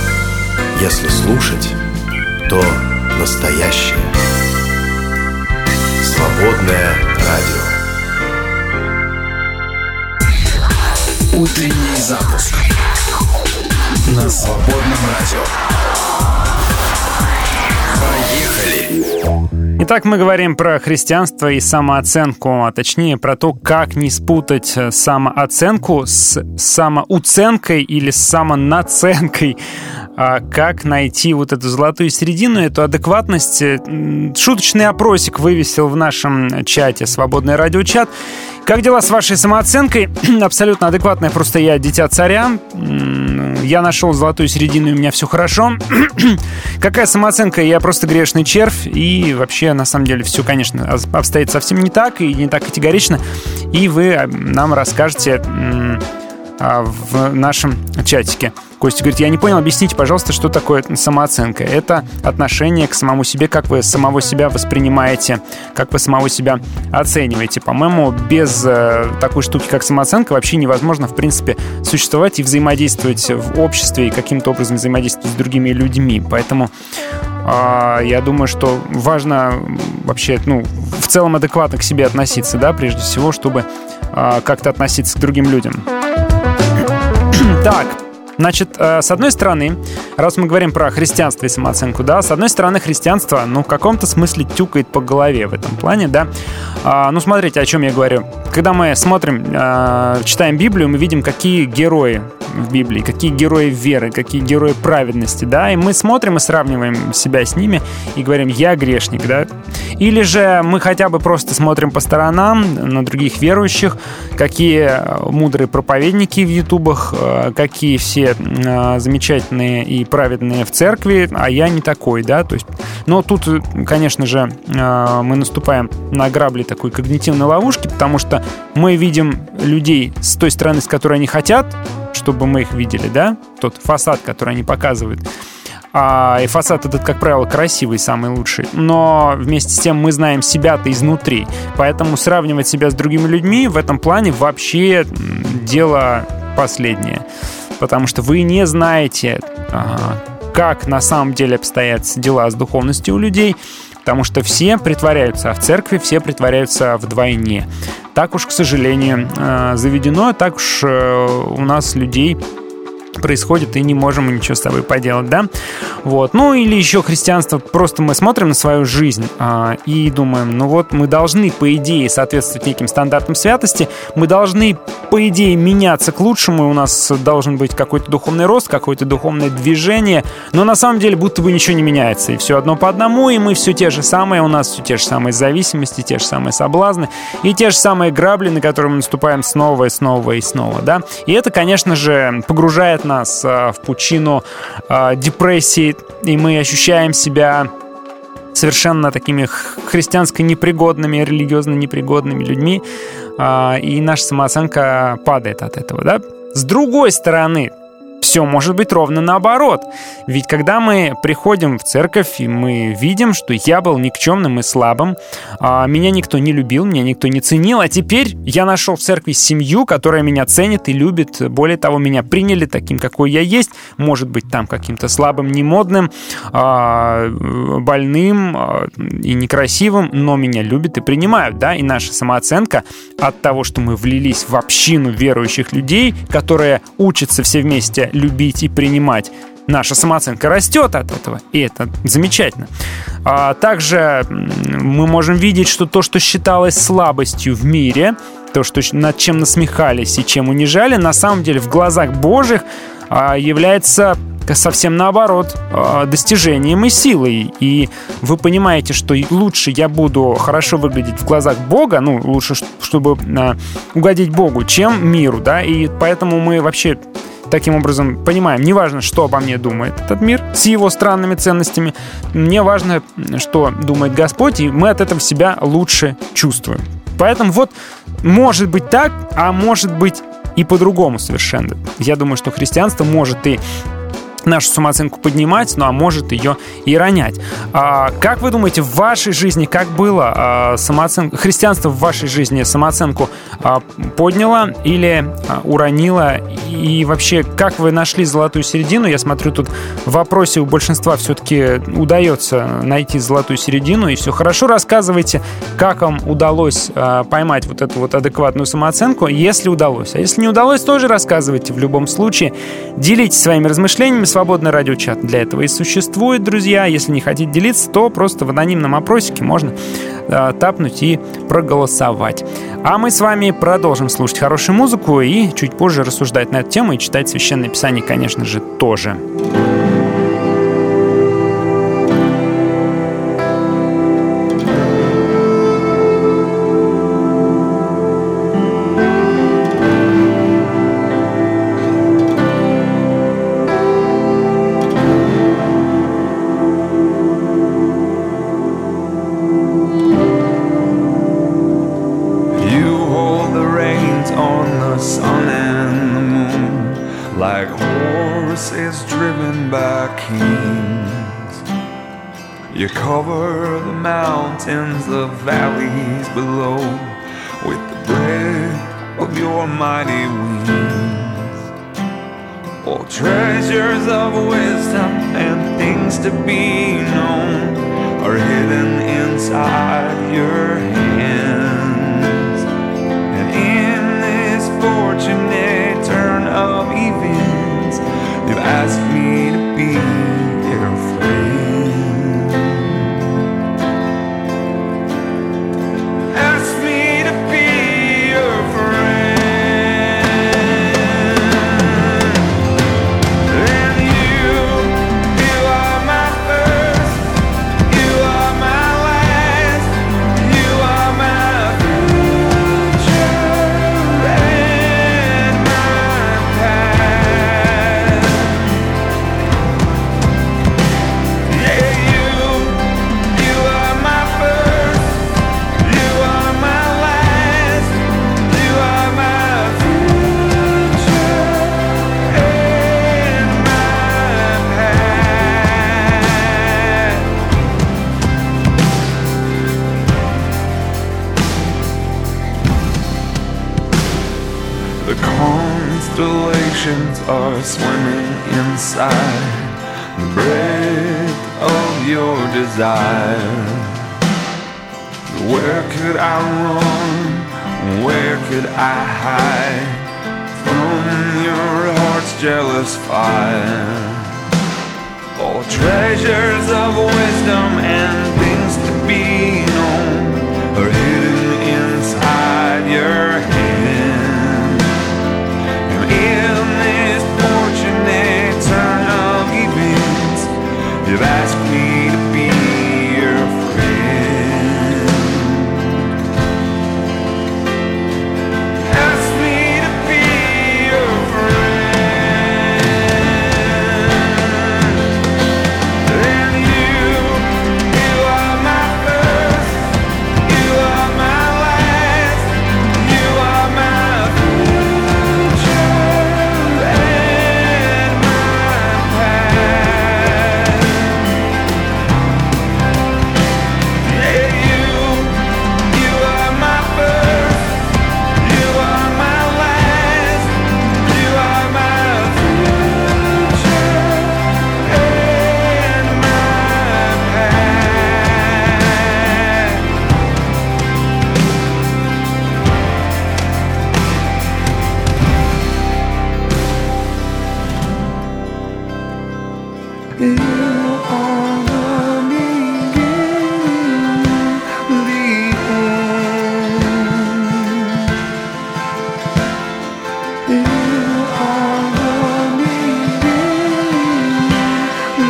эм. Если слушать, то настоящее. Свободное радио. Утренний запуск на Свободном радио. Поехали! Итак, мы говорим про христианство и самооценку, а точнее про то, как не спутать самооценку с самоуценкой или с самонаценкой. А как найти вот эту золотую середину, эту адекватность. Шуточный опросик вывесил в нашем чате «Свободный радиочат». Как дела с вашей самооценкой? Абсолютно адекватная, просто я дитя царя. Я нашел золотую середину, и у меня все хорошо. Какая самооценка? Я просто грешный червь. И вообще, на самом деле, все, конечно, обстоит совсем не так и не так категорично. И вы нам расскажете в нашем чатике Костя говорит, я не понял, объясните, пожалуйста, что такое самооценка. Это отношение к самому себе, как вы самого себя воспринимаете, как вы самого себя оцениваете. По-моему, без э, такой штуки, как самооценка, вообще невозможно, в принципе, существовать и взаимодействовать в обществе, и каким-то образом взаимодействовать с другими людьми. Поэтому э, я думаю, что важно вообще, ну, в целом адекватно к себе относиться, да, прежде всего, чтобы э, как-то относиться к другим людям. Так, значит, с одной стороны, раз мы говорим про христианство и самооценку, да, с одной стороны, христианство, ну, в каком-то смысле тюкает по голове в этом плане, да. А, ну, смотрите, о чем я говорю. Когда мы смотрим, а, читаем Библию, мы видим, какие герои в Библии, какие герои веры, какие герои праведности, да, и мы смотрим и сравниваем себя с ними и говорим, я грешник, да. Или же мы хотя бы просто смотрим по сторонам на других верующих, какие мудрые проповедники в ютубах, какие все замечательные и праведные в церкви, а я не такой, да, то есть, но тут, конечно же, мы наступаем на грабли такой когнитивной ловушки, потому что мы видим людей с той стороны, с которой они хотят, чтобы мы их видели, да, тот фасад, который они показывают. А, и фасад этот, как правило, красивый, самый лучший. Но вместе с тем мы знаем себя-то изнутри. Поэтому сравнивать себя с другими людьми в этом плане вообще дело последнее. Потому что вы не знаете, как на самом деле обстоят дела с духовностью у людей. Потому что все притворяются, а в церкви все притворяются вдвойне. Так уж, к сожалению, заведено, так уж у нас людей происходит, и не можем мы ничего с собой поделать, да? Вот. Ну, или еще христианство, просто мы смотрим на свою жизнь а, и думаем, ну вот мы должны, по идее, соответствовать неким стандартам святости, мы должны, по идее, меняться к лучшему, у нас должен быть какой-то духовный рост, какое-то духовное движение, но на самом деле будто бы ничего не меняется, и все одно по одному, и мы все те же самые, у нас все те же самые зависимости, те же самые соблазны, и те же самые грабли, на которые мы наступаем снова и снова и снова, да? И это, конечно же, погружает нас в пучину э, депрессии, и мы ощущаем себя совершенно такими христианско непригодными, религиозно непригодными людьми, э, и наша самооценка падает от этого, да? С другой стороны, все может быть ровно наоборот. Ведь когда мы приходим в церковь, и мы видим, что я был никчемным и слабым, а меня никто не любил, меня никто не ценил, а теперь я нашел в церкви семью, которая меня ценит и любит. Более того, меня приняли таким, какой я есть. Может быть, там каким-то слабым, немодным, больным и некрасивым, но меня любят и принимают, да? И наша самооценка от того, что мы влились в общину верующих людей, которые учатся все вместе любить и принимать, наша самооценка растет от этого, и это замечательно. А также мы можем видеть, что то, что считалось слабостью в мире, то, что, над чем насмехались и чем унижали, на самом деле в глазах Божьих является совсем наоборот, достижением и силой. И вы понимаете, что лучше я буду хорошо выглядеть в глазах Бога, ну, лучше, чтобы угодить Богу, чем миру, да, и поэтому мы вообще таким образом понимаем, неважно, что обо мне думает этот мир с его странными ценностями, мне важно, что думает Господь, и мы от этого себя лучше чувствуем. Поэтому вот может быть так, а может быть и по-другому совершенно. Я думаю, что христианство может и нашу самооценку поднимать, ну а может ее и ронять. А, как вы думаете, в вашей жизни как было? А, самооценка, христианство в вашей жизни самооценку а, подняло или а, уронило? И вообще, как вы нашли золотую середину? Я смотрю, тут в вопросе у большинства все-таки удается найти золотую середину, и все хорошо. Рассказывайте, как вам удалось а, поймать вот эту вот адекватную самооценку, если удалось. А если не удалось, тоже рассказывайте в любом случае. Делитесь своими размышлениями. Свободный радиочат для этого и существует, друзья. Если не хотите делиться, то просто в анонимном опросике можно э, тапнуть и проголосовать. А мы с вами продолжим слушать хорошую музыку и чуть позже рассуждать на эту тему и читать Священное Писание, конечно же, тоже. Like horse horse is driven by kings. You cover the mountains, the valleys below with the breath of your mighty wings. All treasures of wisdom and things to be known are hidden inside your hands. And in this fortunate turn of events, you've asked me to be your friend. Asked me to be your friend. And you, you are my first, you are my last, you are my future and my past. Yeah, you, you are my first, you are my last, you are my future and my past. The constellations are swimming inside the breath of your desire. Where could I run? Where could I hide from your heart's jealous fire? All treasures of wisdom and things to be known are hidden inside your hand. And in this fortunate turn of events, you've asked me to be your friend. Asked me to be your friend. And you, you are my first, you are my last, you are my future and my past. Yeah, you, you are my first, you are my last, you are my future and my past. You are the beginning, the end. You are the beginning, the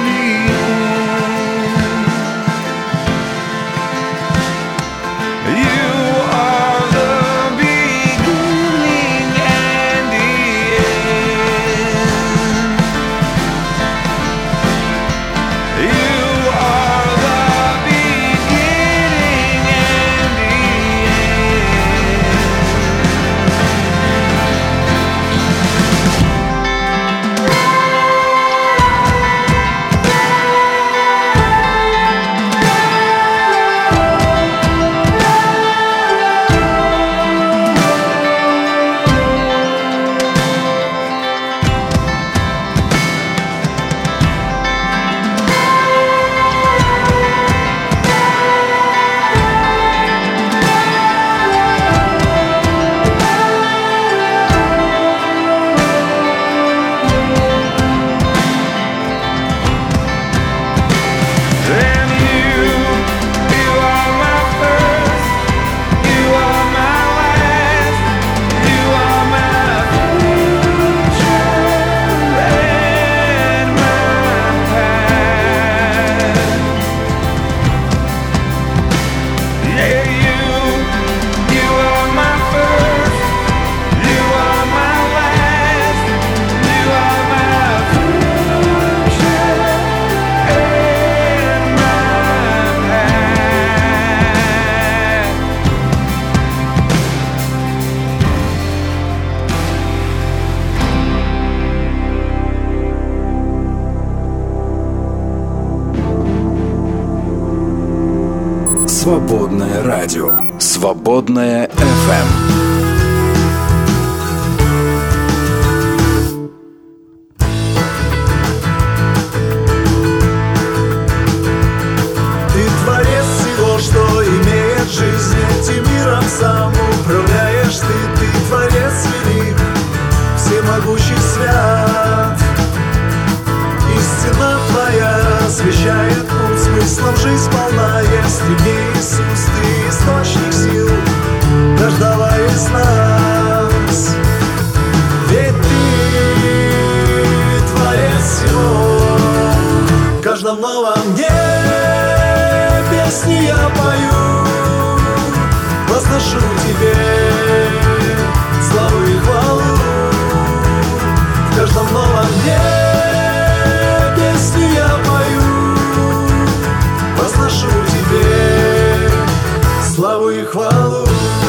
end. You are the beginning and the end. Свободное радио. Свободное эф эм. Что имеет жизнь, этим миром сам управляешь ты, ты творец велик, всемогущий свят. Истина твоя освещает путь, смыслом жизнь полна, если в ней Иисус, ты источник сил каждого из нас. Ведь ты творец всего, в каждом новом дне песни я пою, возношу тебе славу и хвалу. В каждом новом дне песни я пою, возношу тебе славу и хвалу.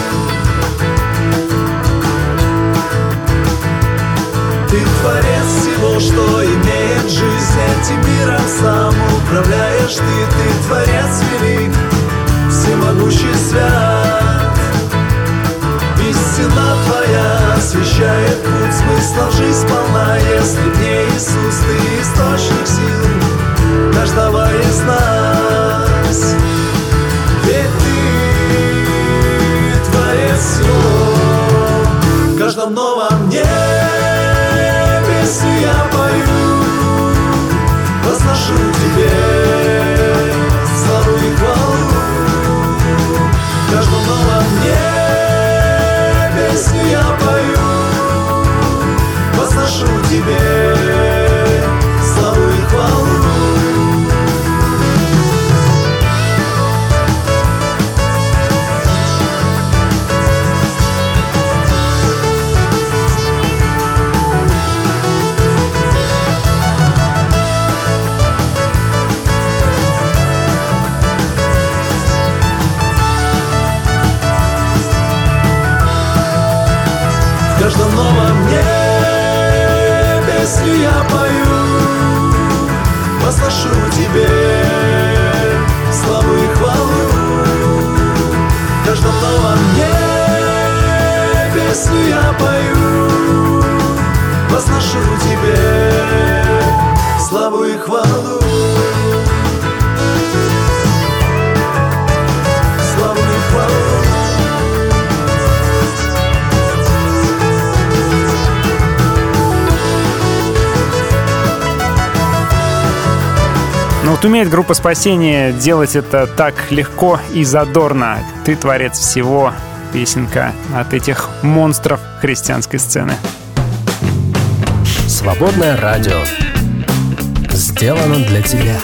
Ты творец всего, что имеет жизнь, этим миром сам управляешь ты, ты творец велик, всемогущий свят. Истина твоя освещает путь, смыслом жизнь полна, если в ней Иисус, ты источник сил каждого из нас. Ведь ты творец всего, в каждом новом дне песни я пою, возношу тебе славу и хвалу. В каждом новом дне песни я пою, возношу тебе славу и хвалу. В каждом новом дне песни я пою, возношу тебе славу и хвалу. В каждом новом дне песни я пою, возношу тебе славу и хвалу. Славу и хвалу. Но вот умеет группа «Спасение» делать это так легко и задорно. «Ты творец всего» — песенка от этих монстров христианской сцены. Свободное радио. Сделано для тебя.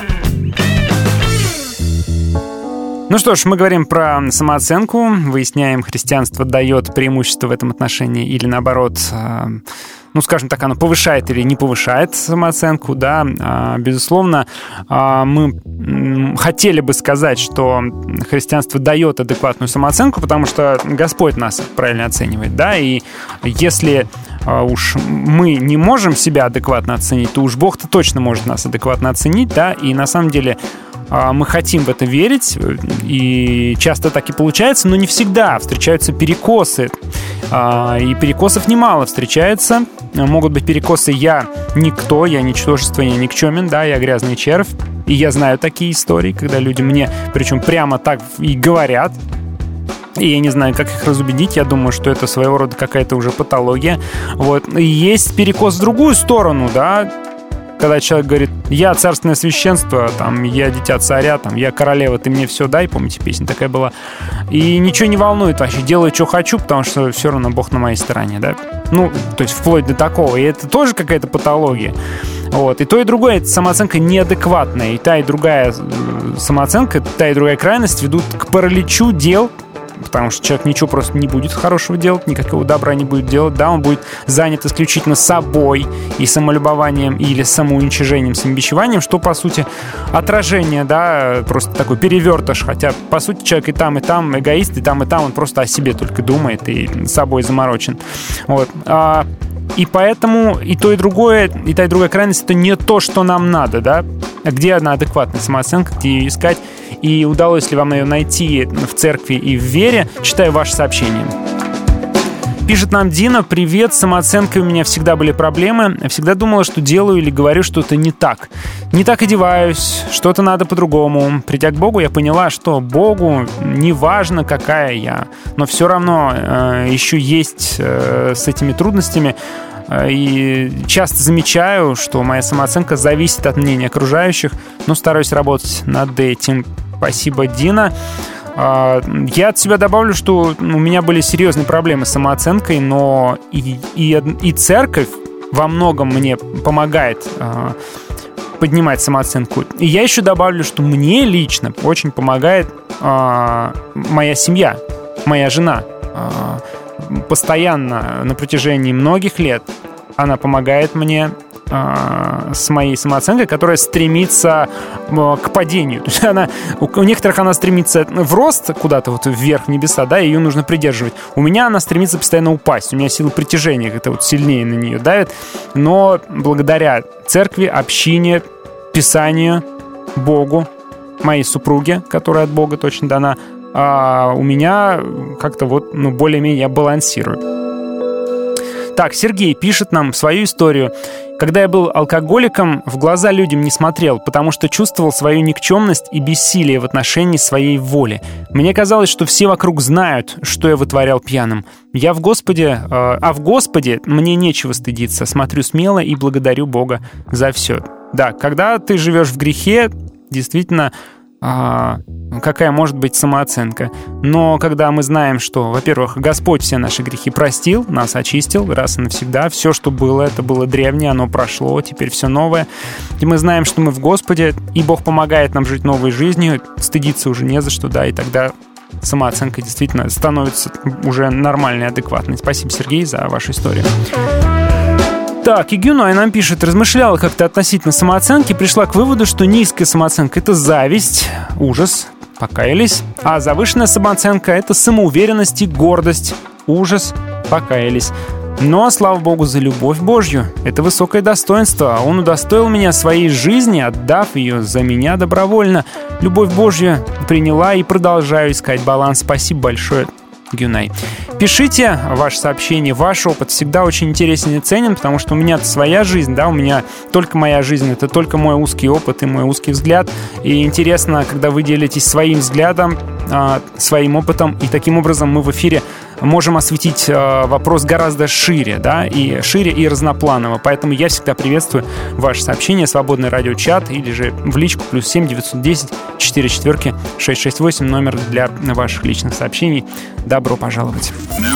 Ну что ж, мы говорим про самооценку, выясняем, христианство дает преимущество в этом отношении или наоборот, ну, скажем так, оно повышает или не повышает самооценку, да. Безусловно, мы хотели бы сказать, что христианство дает адекватную самооценку, потому что Господь нас правильно оценивает, да, и если уж мы не можем себя адекватно оценить, то уж Бог-то точно может нас адекватно оценить, да, и на самом деле мы хотим в это верить, и часто так и получается, но не всегда. Встречаются перекосы, и перекосов немало встречается. Могут быть перекосы «я никто», «я ничтожество», «я никчемен», да, «я грязный червь». И я знаю такие истории, когда люди мне, причем прямо так и говорят, и я не знаю, как их разубедить. Я думаю, что это своего рода какая-то уже патология. Вот. И есть перекос в другую сторону, да, когда человек говорит: я царственное священство, там, я дитя царя, там, я королева, ты мне все дай. Помните, песня такая была? И ничего не волнует вообще, делаю, что хочу, потому что все равно Бог на моей стороне, да? Ну, то есть вплоть до такого. И это тоже какая-то патология. Вот. И то, и другое — это самооценка неадекватная. И та, и другая самооценка, та и другая крайность ведут к параличу дел, потому что человек ничего просто не будет хорошего делать, никакого добра не будет делать, да, он будет занят исключительно собой и самолюбованием или самоуничижением, самобичеванием, что, по сути, отражение, да, просто такой перевертыш, хотя, по сути, человек и там, и там эгоист, и там, и там он просто о себе только думает и собой заморочен, вот. А, и поэтому и то, и другое, и та, и другая крайность — это не то, что нам надо, да, а где одна адекватная самооценка, где ее искать. и удалось ли вам ее найти в церкви и в вере. Читаю ваши сообщения. Пишет нам Дина: «Привет, с самооценкой у меня всегда были проблемы. Всегда думала, что делаю или говорю что-то не так. Не так одеваюсь, что-то надо по-другому. Придя к Богу, я поняла, что Богу не важно, какая я. Но все равно э, еще есть э, с этими трудностями. И часто замечаю, что моя самооценка зависит от мнения окружающих, но стараюсь работать над этим». Спасибо, Дина. Я от себя добавлю, что у меня были серьезные проблемы с самооценкой, но и, и, и церковь во многом мне помогает э, поднимать самооценку. И я еще добавлю, что мне лично очень помогает э, моя семья, моя жена. Э, постоянно на протяжении многих лет она помогает мне с моей самооценкой, которая стремится к падению. То есть она, у некоторых она стремится в рост куда-то вот вверх в небеса, да, ее нужно придерживать. У меня она стремится постоянно упасть. У меня сила притяжения это вот сильнее на нее давит. Но благодаря церкви, общине, Писанию, Богу, моей супруге, которая от Бога точно дана, а у меня как-то вот, ну, более-менее я балансирую. Так, Сергей пишет нам свою историю. «Когда я был алкоголиком, в глаза людям не смотрел, потому что чувствовал свою никчемность и бессилие в отношении своей воли. Мне казалось, что все вокруг знают, что я вытворял пьяным. Я в Господе, э, а в Господе мне нечего стыдиться. Смотрю смело и благодарю Бога за все». Да, когда ты живешь в грехе, действительно, а, какая может быть самооценка. Но когда мы знаем, что, во-первых, Господь все наши грехи простил, нас очистил раз и навсегда, все, что было, это было древнее, оно прошло, теперь все новое. И мы знаем, что мы в Господе, и Бог помогает нам жить новой жизнью, стыдиться уже не за что, да, и тогда самооценка действительно становится уже нормальной, адекватной. Спасибо, Сергей, за вашу историю. Так, Игюной нам пишет: размышляла как-то относительно самооценки, пришла к выводу, что низкая самооценка — это зависть, ужас, покаялись, а завышенная самооценка — это самоуверенность и гордость, ужас, покаялись. Но, слава Богу, за любовь Божью. Это высокое достоинство. Он удостоил меня своей жизни, отдав ее за меня добровольно. Любовь Божью приняла и продолжаю искать баланс. Спасибо большое, Гюнай. Пишите ваше сообщение, ваш опыт всегда очень интересен и ценен, потому что у меня-то своя жизнь, да, у меня только моя жизнь, это только мой узкий опыт и мой узкий взгляд. И интересно, когда вы делитесь своим взглядом, своим опытом, и таким образом мы в эфире можем осветить вопрос гораздо шире, да, и шире, и разнопланово. Поэтому я всегда приветствую ваши сообщения, свободный радиочат или же в личку плюс семь девятьсот десять четыре четыре шесть шесть восемь, номер для ваших личных сообщений. Добро пожаловать.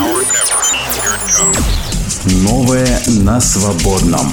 Новое на свободном.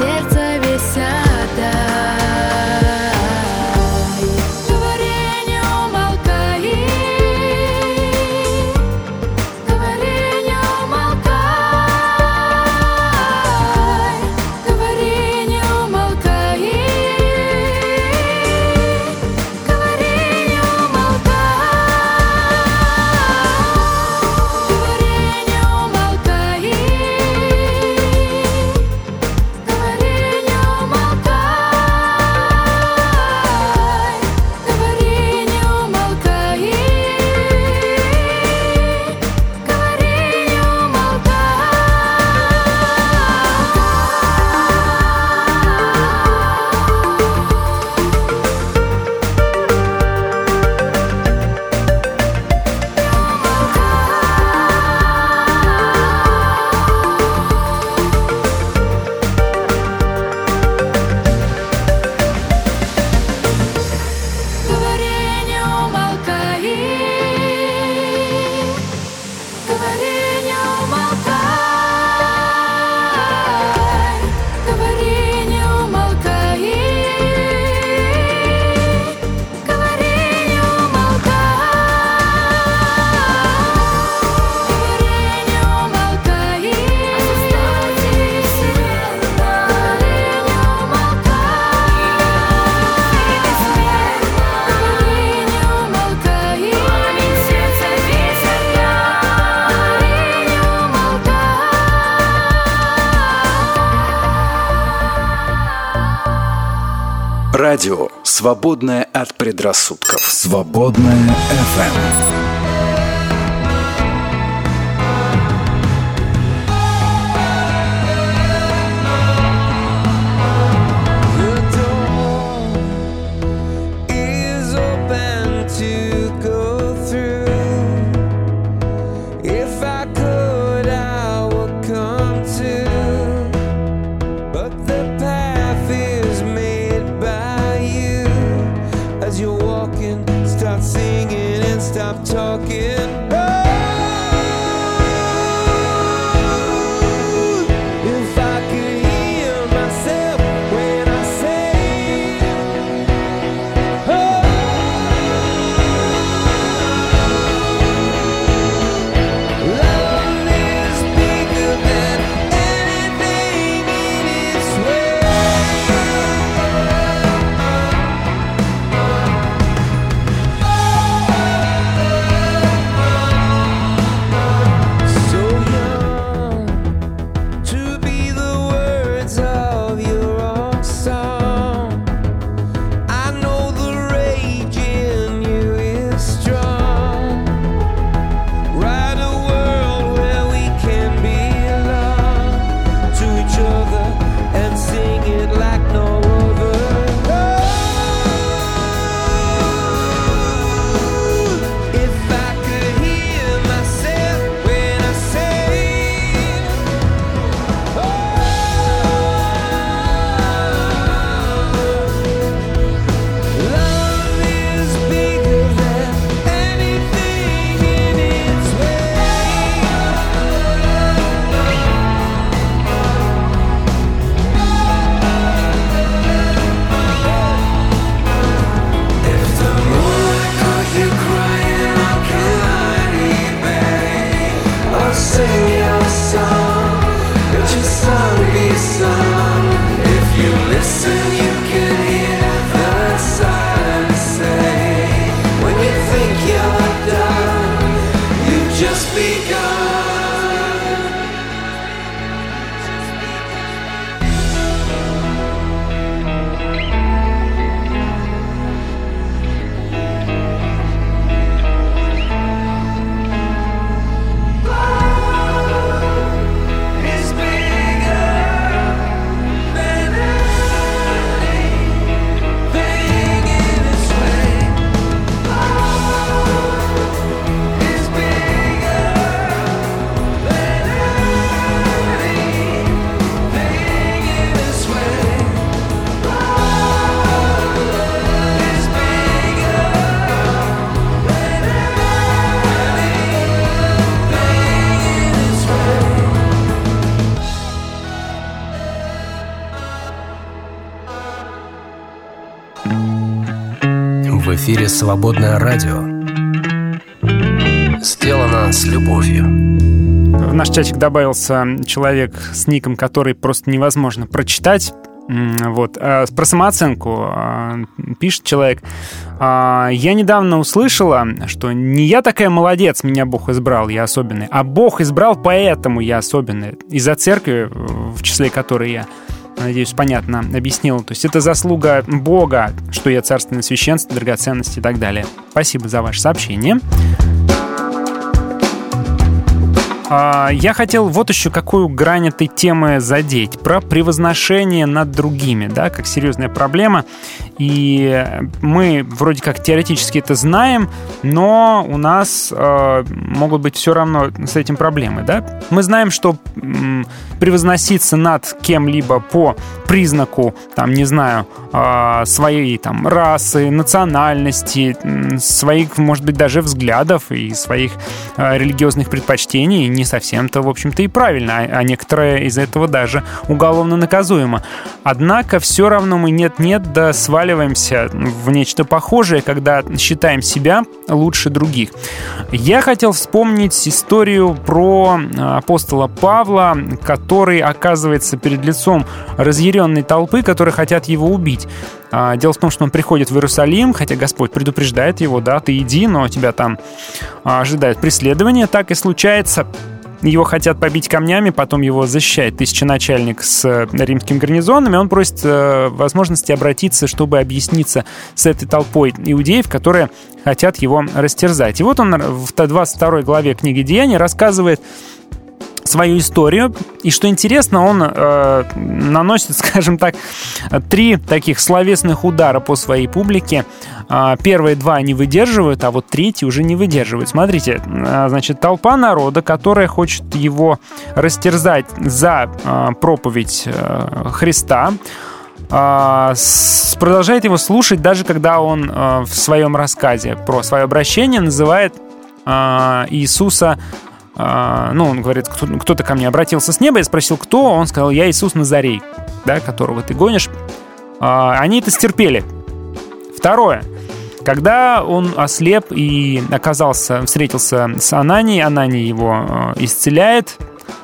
сердце весь отдай. Говори, не умолкай, говори, не умолкай, говори, не умолкай, говори, не Радио, свободное от предрассудков. Свободное эф эм. It's bigger than В эфире «Свободное радио». Сделано с любовью. В наш чатик добавился человек с ником, который просто невозможно прочитать. Вот. Про самооценку пишет человек. Я недавно услышала, что не я такая молодец, меня Бог избрал, я особенный, а Бог избрал, поэтому я особенный. Из-за церкви, в числе которой я, надеюсь, понятно объяснил. То есть это заслуга Бога, что я царственное священство, драгоценности и так далее. Спасибо за ваше сообщение. Я хотел вот еще какую грань этой темы задеть. Про превозношение над другими, да, как серьезная проблема. И мы вроде как теоретически это знаем, но у нас э, могут быть все равно с этим проблемы, да. Мы знаем, что м, превозноситься над кем-либо по признаку, там, не знаю, э, своей там расы, национальности, э, своих, может быть, даже взглядов и своих э, религиозных предпочтений не совсем-то, в общем-то, и правильно, а, а некоторые из этого даже уголовно наказуемо. Однако все равно мы нет-нет да сваливаемся в нечто похожее, когда считаем себя лучше других. Я хотел вспомнить историю про апостола Павла, который оказывается перед лицом разъяренной толпы, которые хотят его убить. Дело в том, что он приходит в Иерусалим, хотя Господь предупреждает его, да, ты иди, но тебя там ожидает преследование. Так и случается. Его хотят побить камнями, потом его защищает тысяченачальник с римским гарнизоном, и он просит э, возможности обратиться, чтобы объясниться с этой толпой иудеев, которые хотят его растерзать. И вот он в двадцать второй главе книги «Деяний» рассказывает свою историю. И что интересно, он э, наносит, скажем так, три таких словесных удара по своей публике. Э, первые два не выдерживают, а вот третий уже не выдерживает. Смотрите, э, значит, толпа народа, которая хочет его растерзать за э, проповедь э, Христа, э, с, продолжает его слушать, даже когда он э, в своем рассказе про свое обращение называет э, Иисуса. Uh, ну, он говорит, кто, кто-то ко мне обратился с неба, я спросил, кто? Он сказал, я Иисус Назарей, да, которого ты гонишь. Uh, они это стерпели. Второе. Когда он ослеп и оказался, встретился с Ананией, Ананий его uh, исцеляет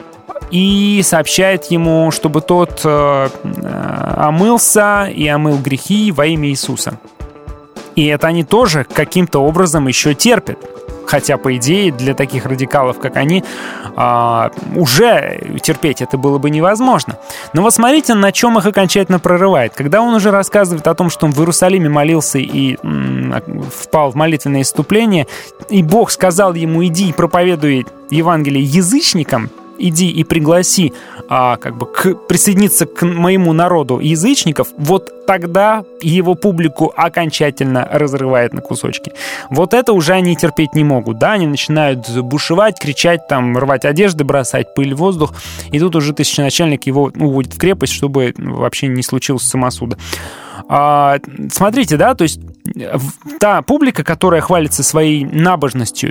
и сообщает ему, чтобы тот uh, омылся и омыл грехи во имя Иисуса. И это они тоже каким-то образом еще терпят. Хотя, по идее, для таких радикалов, как они, а, уже терпеть это было бы невозможно. Но вот смотрите, на чем их окончательно прорывает. Когда он уже рассказывает о том, что он в Иерусалиме молился и м, впал в молитвенное исступление, и Бог сказал ему, иди и проповедуй Евангелие язычникам, иди и пригласи а, как бы к, присоединиться к моему народу язычников, вот тогда его публику окончательно разрывает на кусочки. Вот это уже они терпеть не могут, да, они начинают бушевать, кричать, там, рвать одежды, бросать пыль в воздух, и тут уже тысяченачальник его уводит в крепость, чтобы вообще не случилось самосуда. А, смотрите, да, то есть та публика, которая хвалится своей набожностью,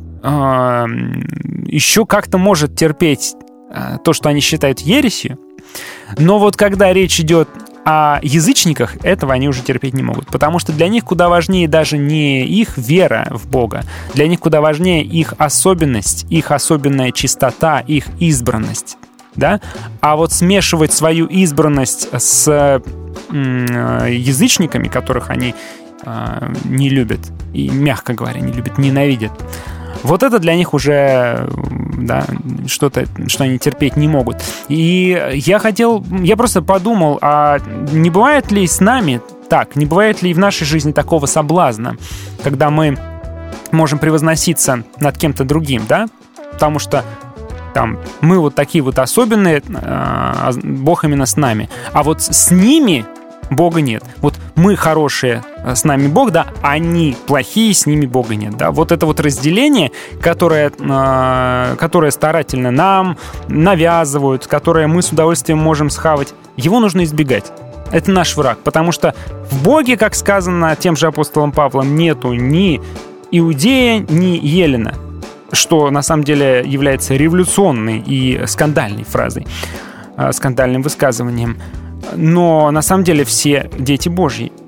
еще как-то может терпеть то, что они считают ересью, но вот когда речь идет о язычниках, этого они уже терпеть не могут, потому что для них куда важнее даже не их вера в Бога, для них куда важнее их особенность, их особенная чистота, их избранность, да? А вот смешивать свою избранность с язычниками, которых они не любят, и, мягко говоря, не любят, ненавидят, вот это для них уже, да, что-то, что они терпеть не могут. И я хотел, я просто подумал, а не бывает ли с нами так, не бывает ли и в нашей жизни такого соблазна, когда мы можем превозноситься над кем-то другим, да? Потому что там мы вот такие вот особенные, а Бог именно с нами. А вот с ними Бога нет. Вот мы хорошие, с нами Бог, да, они плохие, с ними Бога нет, да. Вот это вот разделение, которое, э, которое старательно нам навязывают, которое мы с удовольствием можем схавать, его нужно избегать. Это наш враг, потому что в Боге, как сказано тем же апостолом Павлом, нету ни иудея, ни еллина, что на самом деле является революционной и скандальной фразой, э, скандальным высказыванием. Но на самом деле все дети Божьи.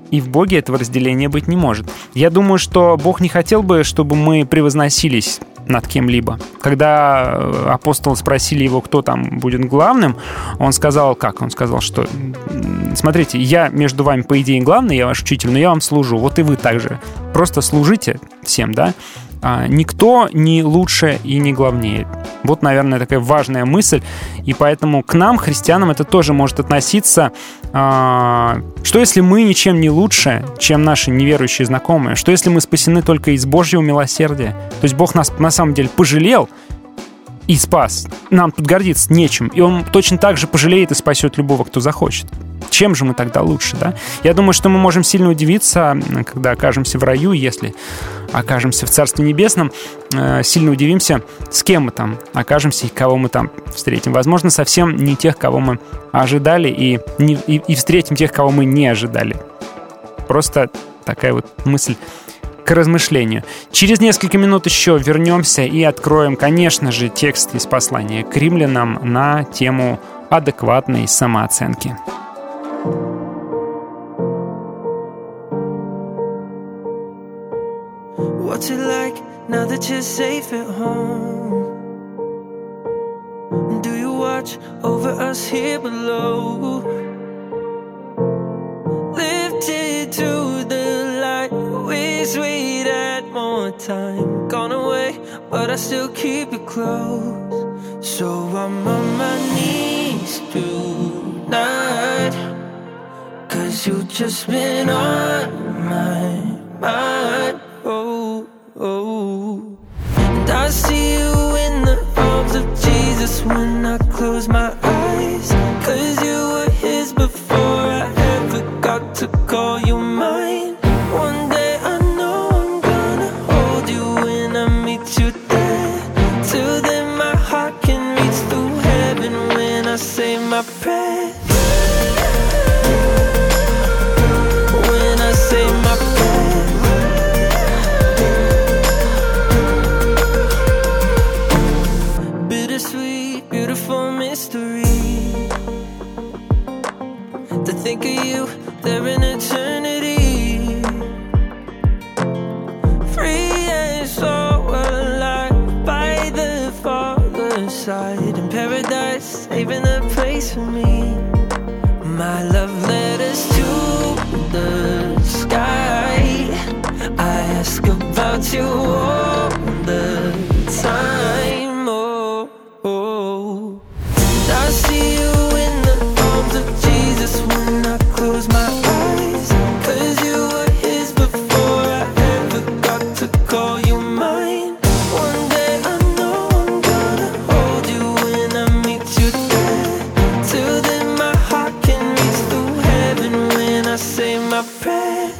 И в Боге этого разделения быть не может. Я думаю, что Бог не хотел бы, чтобы мы превозносились над кем-либо. Когда апостолы спросили его, кто там будет главным, он сказал, как? Он сказал, что смотрите, я между вами, по идее, главный, я ваш учитель, но я вам служу. Вот и вы также. Просто служите всем, да? А, никто не лучше и не главнее. Вот, наверное, такая важная мысль. И поэтому к нам, христианам, это тоже может относиться. А, что если мы ничем не лучше, чем наши неверующие знакомые? Что если мы спасены только из Божьего милосердия? То есть Бог нас на самом деле пожалел и спас. Нам тут гордиться нечем. И Он точно так же пожалеет и спасет любого, кто захочет. Чем же мы тогда лучше, да? Я думаю, что мы можем сильно удивиться, когда окажемся в раю, если окажемся в Царстве Небесном, э, сильно удивимся, с кем мы там окажемся и кого мы там встретим. Возможно, совсем не тех, кого мы ожидали, и, не, и, и встретим тех, кого мы не ожидали. Просто такая вот мысль к размышлению. Через несколько минут еще вернемся и откроем, конечно же, текст из послания к римлянам на тему адекватной самооценки. What's it like now that you're safe at home? Do you watch over us here below? Lifted to the light, wish we'd had more time. Gone away, but I still keep it close. So I'm on my knees tonight, 'cause you've just been on my mind. Oh, oh. And I see you in the arms of Jesus when I close my eyes, 'cause you were his before I ever got to call you mine. One day I know I'm gonna hold you when I meet you there. Till then my heart can reach through heaven when I say my prayers. When I say my prayers. Bittersweet, beautiful mystery, to think of you there in eternity. Free and so alive by the Father's side, in paradise, saving a place for me. My love letters to the sky, I ask about you all the time. Oh, oh. And I see you in the arms of Jesus when I close my eyes, 'cause you were his before I ever got to call you mine. One day I know I'm gonna hold you when I meet you there. Till then my heart can reach through heaven when I say my prayers.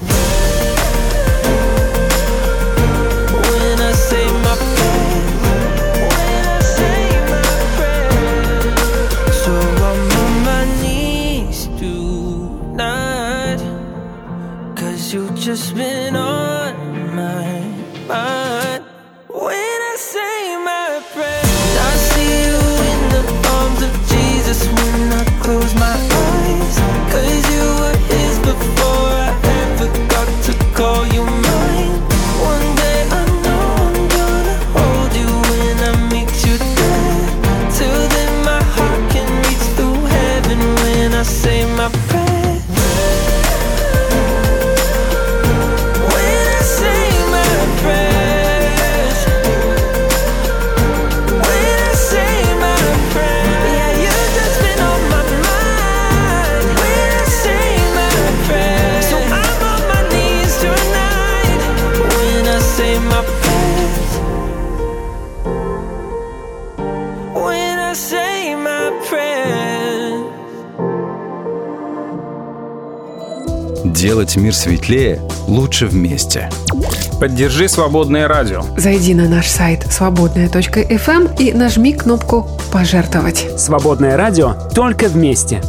When I say my prayers. When I say my prayers. So I'm on my knees tonight, 'cause you've just been on my mind. When I say my prayers. I see you in the arms of Jesus when I close my eyes, 'cause you were his before I ever got to call you mine. One day I know I'm gonna hold you when I meet you there. Till then my heart can reach through heaven when I say my prayers. When I say my prayers. When I say my prayers. Yeah, you've just been on my mind. When I say my prayers. So I'm on my knees tonight when I say my prayers. When I say my prayers. Делать мир светлее лучше вместе. Поддержи «Свободное радио». Зайди на наш сайт свободная точка эф эм и нажми кнопку «Пожертвовать». «Свободное радио» только вместе.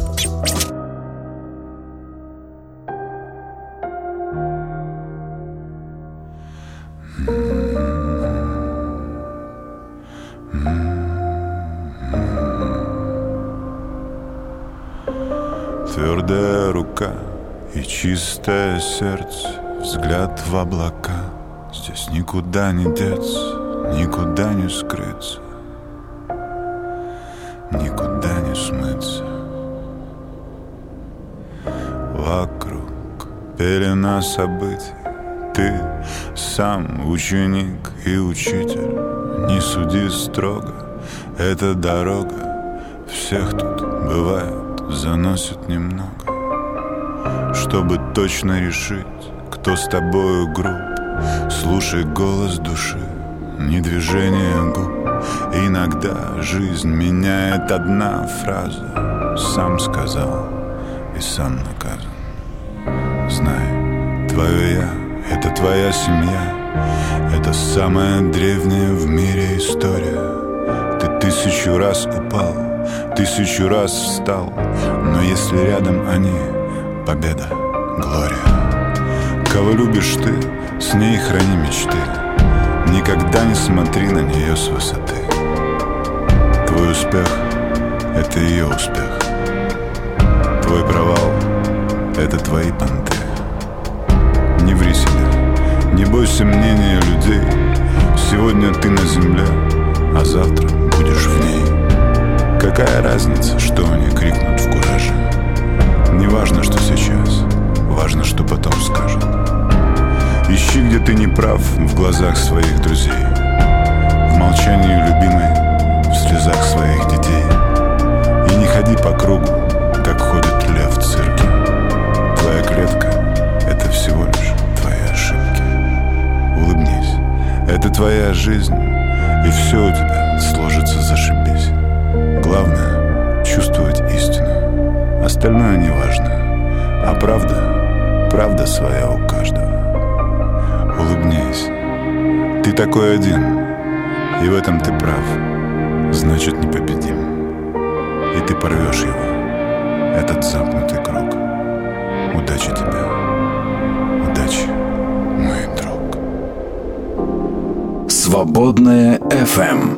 Твердая рука и чистое сердце, взгляд в облака. Здесь никуда не деться, никуда не скрыться, никуда не смыться. Вокруг пелена событий, ты сам ученик и учитель. Не суди строго, эта дорога всех тут бывает, заносит немного. Чтобы точно решить, кто с тобою груб, слушай голос души, не движение губ. Иногда жизнь меняет одна фраза. Сам сказал и сам наказан. Знай, твое «я» — это твоя семья. Это самая древняя в мире история. Ты тысячу раз упал, тысячу раз встал, но если рядом они — победа, глория. Кого любишь ты, с ней храни мечты. Никогда не смотри на нее с высоты. Твой успех — это ее успех. Твой провал — это твои понты. Не ври себе, не бойся мнения людей. Сегодня ты на земле, а завтра будешь в ней. Какая разница, что они крикнут в кураже? Не важно, что сейчас, важно, что потом скажут. Ищи, где ты не прав, в глазах своих друзей, в молчании любимой, в слезах своих детей. И не ходи по кругу, как ходит лев в цирке. Твоя клетка — это всего лишь твои ошибки. Улыбнись, это твоя жизнь, и все у тебя сложится зашибись. Главное — чувствовать истину, остальное не важно. А правда, правда своя у каждого. Улыбнись, ты такой один, и в этом ты прав. Значит, непобедим, и ты порвешь его, этот замкнутый круг. Удачи тебе, удачи, мой друг. Свободная эф эм.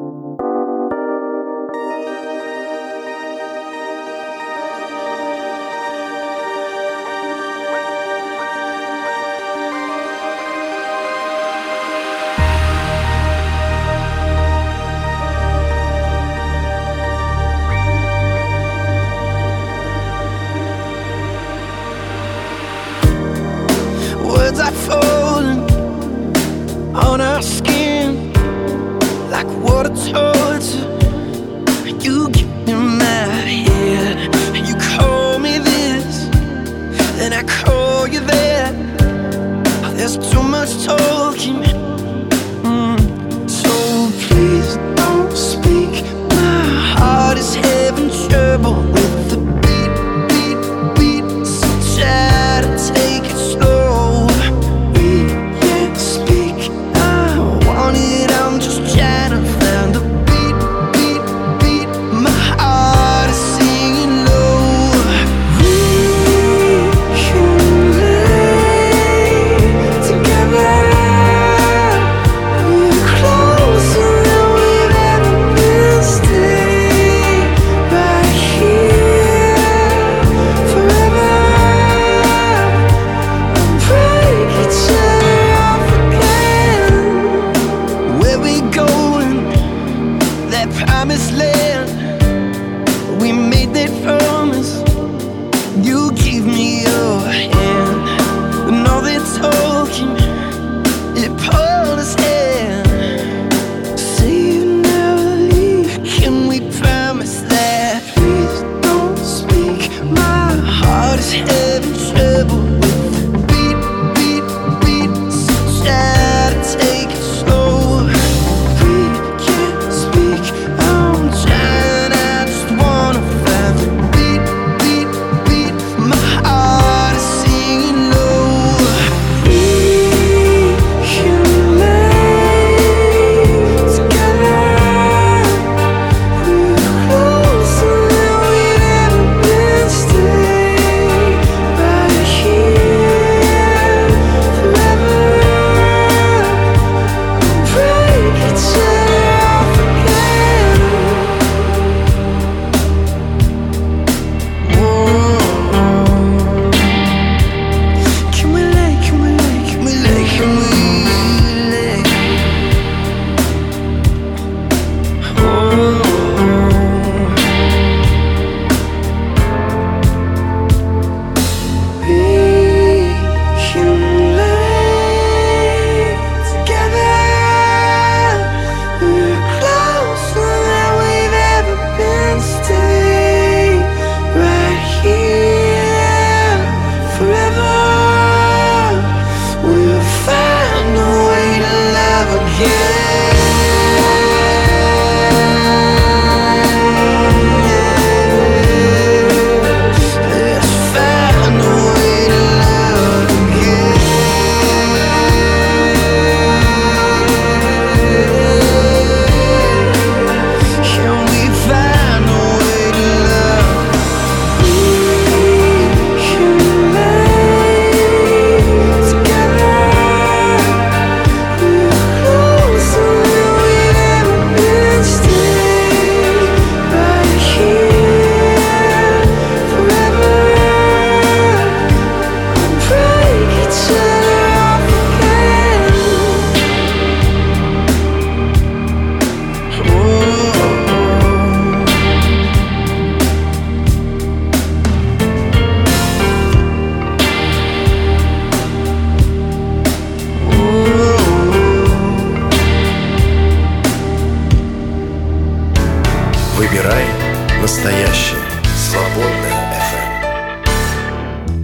Words are falling on our skin like water torture. You get in my head, you call me this, then I call you that. There's too much talking, mm. So please don't speak. My heart is having trouble with the beat, beat, beat. So try to take it slow. We can't speak. I want it. I'm just trying to find the beat, beat, beat. My heart is singing low. We can lay together. We're closer than we've ever been. Stay right here forever. Break each other off again. Where we going? That promised land. We made that promise. You give me your hand. And all that talking, it pulled us in. Say you never leave. Can we promise that? Please don't speak. My heart is having trouble with the beat, beat, beat. So try to take it slow. We can't speak. I'm trying. I just wanna find the beat, beat, beat. My heart is singing low. We can lay together. We're closer than we've ever been. Stay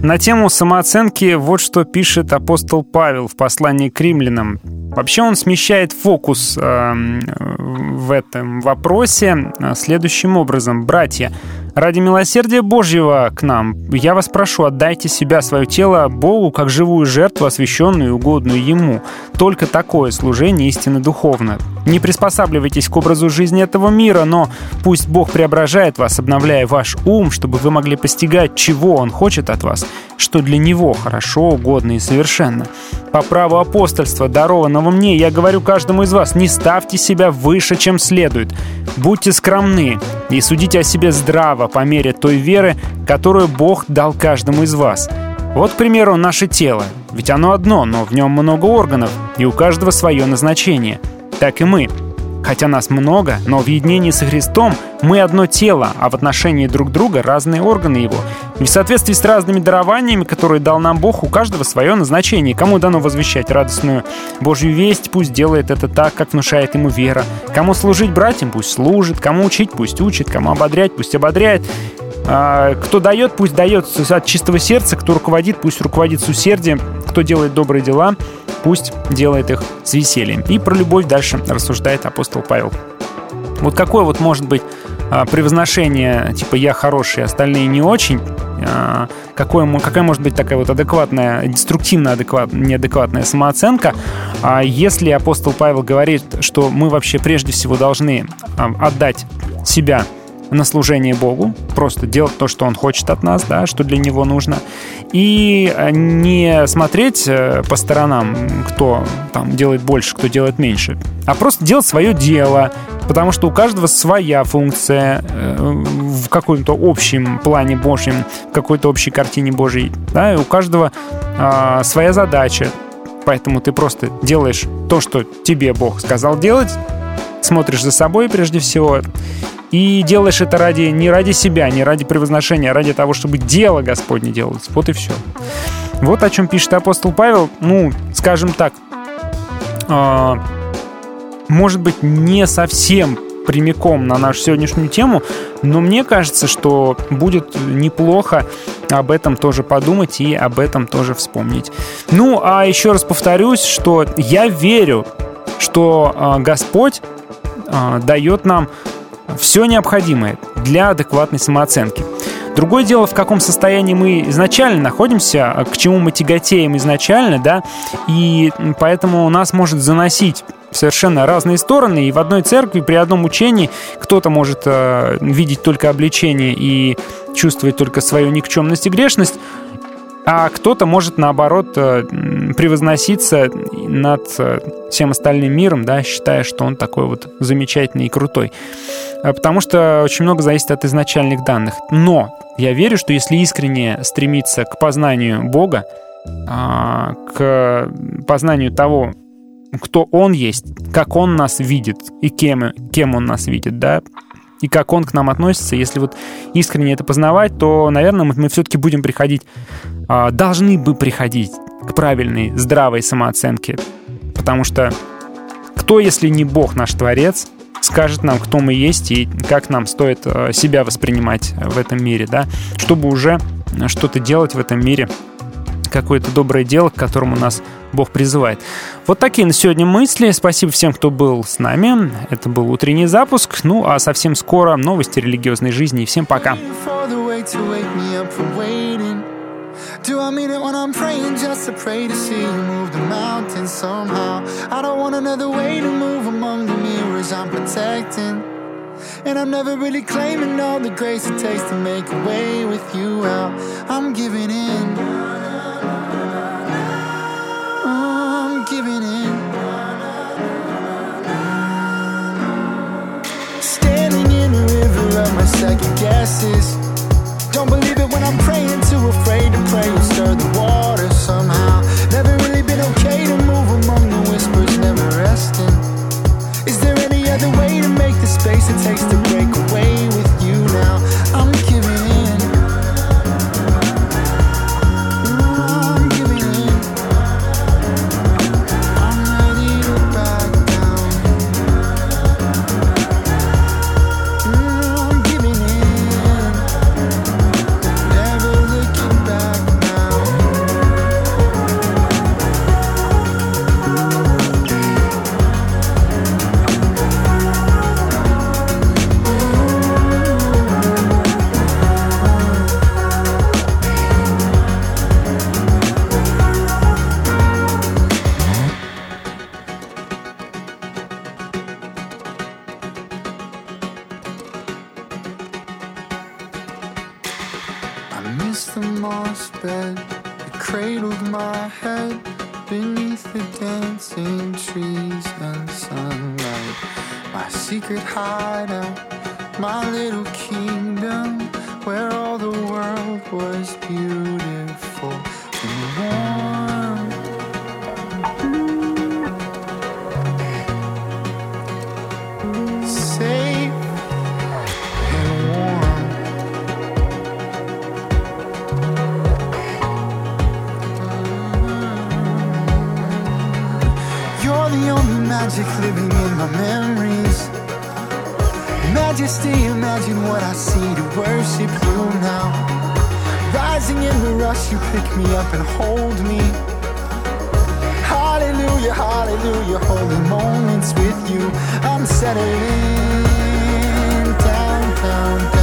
На тему самооценки вот что пишет апостол Павел в послании к римлянам. Вообще он смещает фокус э, в этом вопросе следующим образом. «Братья, ради милосердия Божьего к нам, я вас прошу, отдайте себя, свое тело Богу, как живую жертву, освященную и угодную Ему. Только такое служение истинно духовно. Не приспосабливайтесь к образу жизни этого мира, но пусть Бог преображает вас, обновляя ваш ум, чтобы вы могли постигать, чего Он хочет от вас, что для Него хорошо, угодно и совершенно. По праву апостольства, дарованного мне, я говорю каждому из вас, не ставьте себя выше, чем следует. Будьте скромны и судите о себе здраво по мере той веры, которую Бог дал каждому из вас. Вот, к примеру, наше тело. Ведь оно одно, но в нем много органов, и у каждого свое назначение. Так и мы. Хотя нас много, но в единении со Христом мы одно тело, а в отношении друг друга разные органы Его. И в соответствии с разными дарованиями, которые дал нам Бог, у каждого свое назначение. Кому дано возвещать радостную Божью весть, пусть делает это так, как внушает ему вера. Кому служить братьям, пусть служит. Кому учить, пусть учит. Кому ободрять, пусть ободряет. Кто дает, пусть дает от чистого сердца. Кто руководит, пусть руководит с усердием. Кто делает добрые дела, пусть делает их с весельем. И про любовь дальше рассуждает апостол Павел. Вот какое вот может быть а, превозношение, типа «я хороший, остальные не очень», а, какое, какая может быть такая вот адекватная, деструктивно адекват, неадекватная самооценка, а если апостол Павел говорит, что мы вообще прежде всего должны а, отдать себя на служение Богу, просто делать то, что Он хочет от нас, да, что для Него нужно, и не смотреть по сторонам, кто там делает больше, кто делает меньше, а просто делать свое дело, потому что у каждого своя функция в каком-то общем плане Божьем, в какой-то общей картине Божьей, да, и у каждого а, своя задача, поэтому ты просто делаешь то, что тебе Бог сказал делать, смотришь за собой прежде всего, и делаешь это ради, не ради себя, не ради превозношения, а ради того, чтобы дело Господне делалось. Вот и все. Вот о чем пишет апостол Павел. Ну, скажем так, э, может быть, не совсем прямиком на нашу сегодняшнюю тему, но мне кажется, что будет неплохо об этом тоже подумать и об этом тоже вспомнить. Ну, а еще раз повторюсь, что я верю, что э, Господь э, дает нам все необходимое для адекватной самооценки. Другое дело, в каком состоянии мы изначально находимся, к чему мы тяготеем изначально, да, и поэтому нас может заносить в совершенно разные стороны, и в одной церкви при одном учении кто-то может э, видеть только обличение и чувствовать только свою никчемность и грешность, а кто-то может, наоборот, превозноситься над всем остальным миром, да, считая, что он такой вот замечательный и крутой. Потому что очень много зависит от изначальных данных. Но я верю, что если искренне стремиться к познанию Бога, к познанию того, кто Он есть, как Он нас видит и кем, кем Он нас видит, да, и как Он к нам относится, если вот искренне это познавать, то, наверное, мы, мы все-таки будем приходить, э, должны бы приходить к правильной, здравой самооценке. Потому что кто, если не Бог, наш Творец, скажет нам, кто мы есть и как нам стоит э, себя воспринимать в этом мире, да, чтобы уже что-то делать в этом мире, какое-то доброе дело, к которому нас Бог призывает. Вот такие на сегодня мысли. Спасибо всем, кто был с нами. Это был утренний запуск. Ну, а совсем скоро новости религиозной жизни. И всем пока. Do I mean it when I'm praying just to pray to see you move the mountain somehow? I don't want another way to move among the mirrors I'm protecting. And I'm never really claiming all the grace it takes to make a way with you out. I'm giving in. I'm giving in. Standing in the river of my second guesses. Don't believe it when I'm praying, too afraid to pray and stir the water somehow. Never really been okay to move among the whispers, never resting. Is there any other way to make the space it takes to break away with you now? I'm giving in. I'm giving in. I'm ready to back down. I'm giving in. first bed, it cradled my head beneath the dancing trees and sunlight. My secret hideout, my little kingdom, where all the world was beautiful and warm. Safe and warm. You're the only magic living in my memories. Majesty, imagine what I see to worship you now. Rising in the rush, you pick me up and hold me. Hallelujah, hallelujah, holy moments with you. I'm settling down, down, down.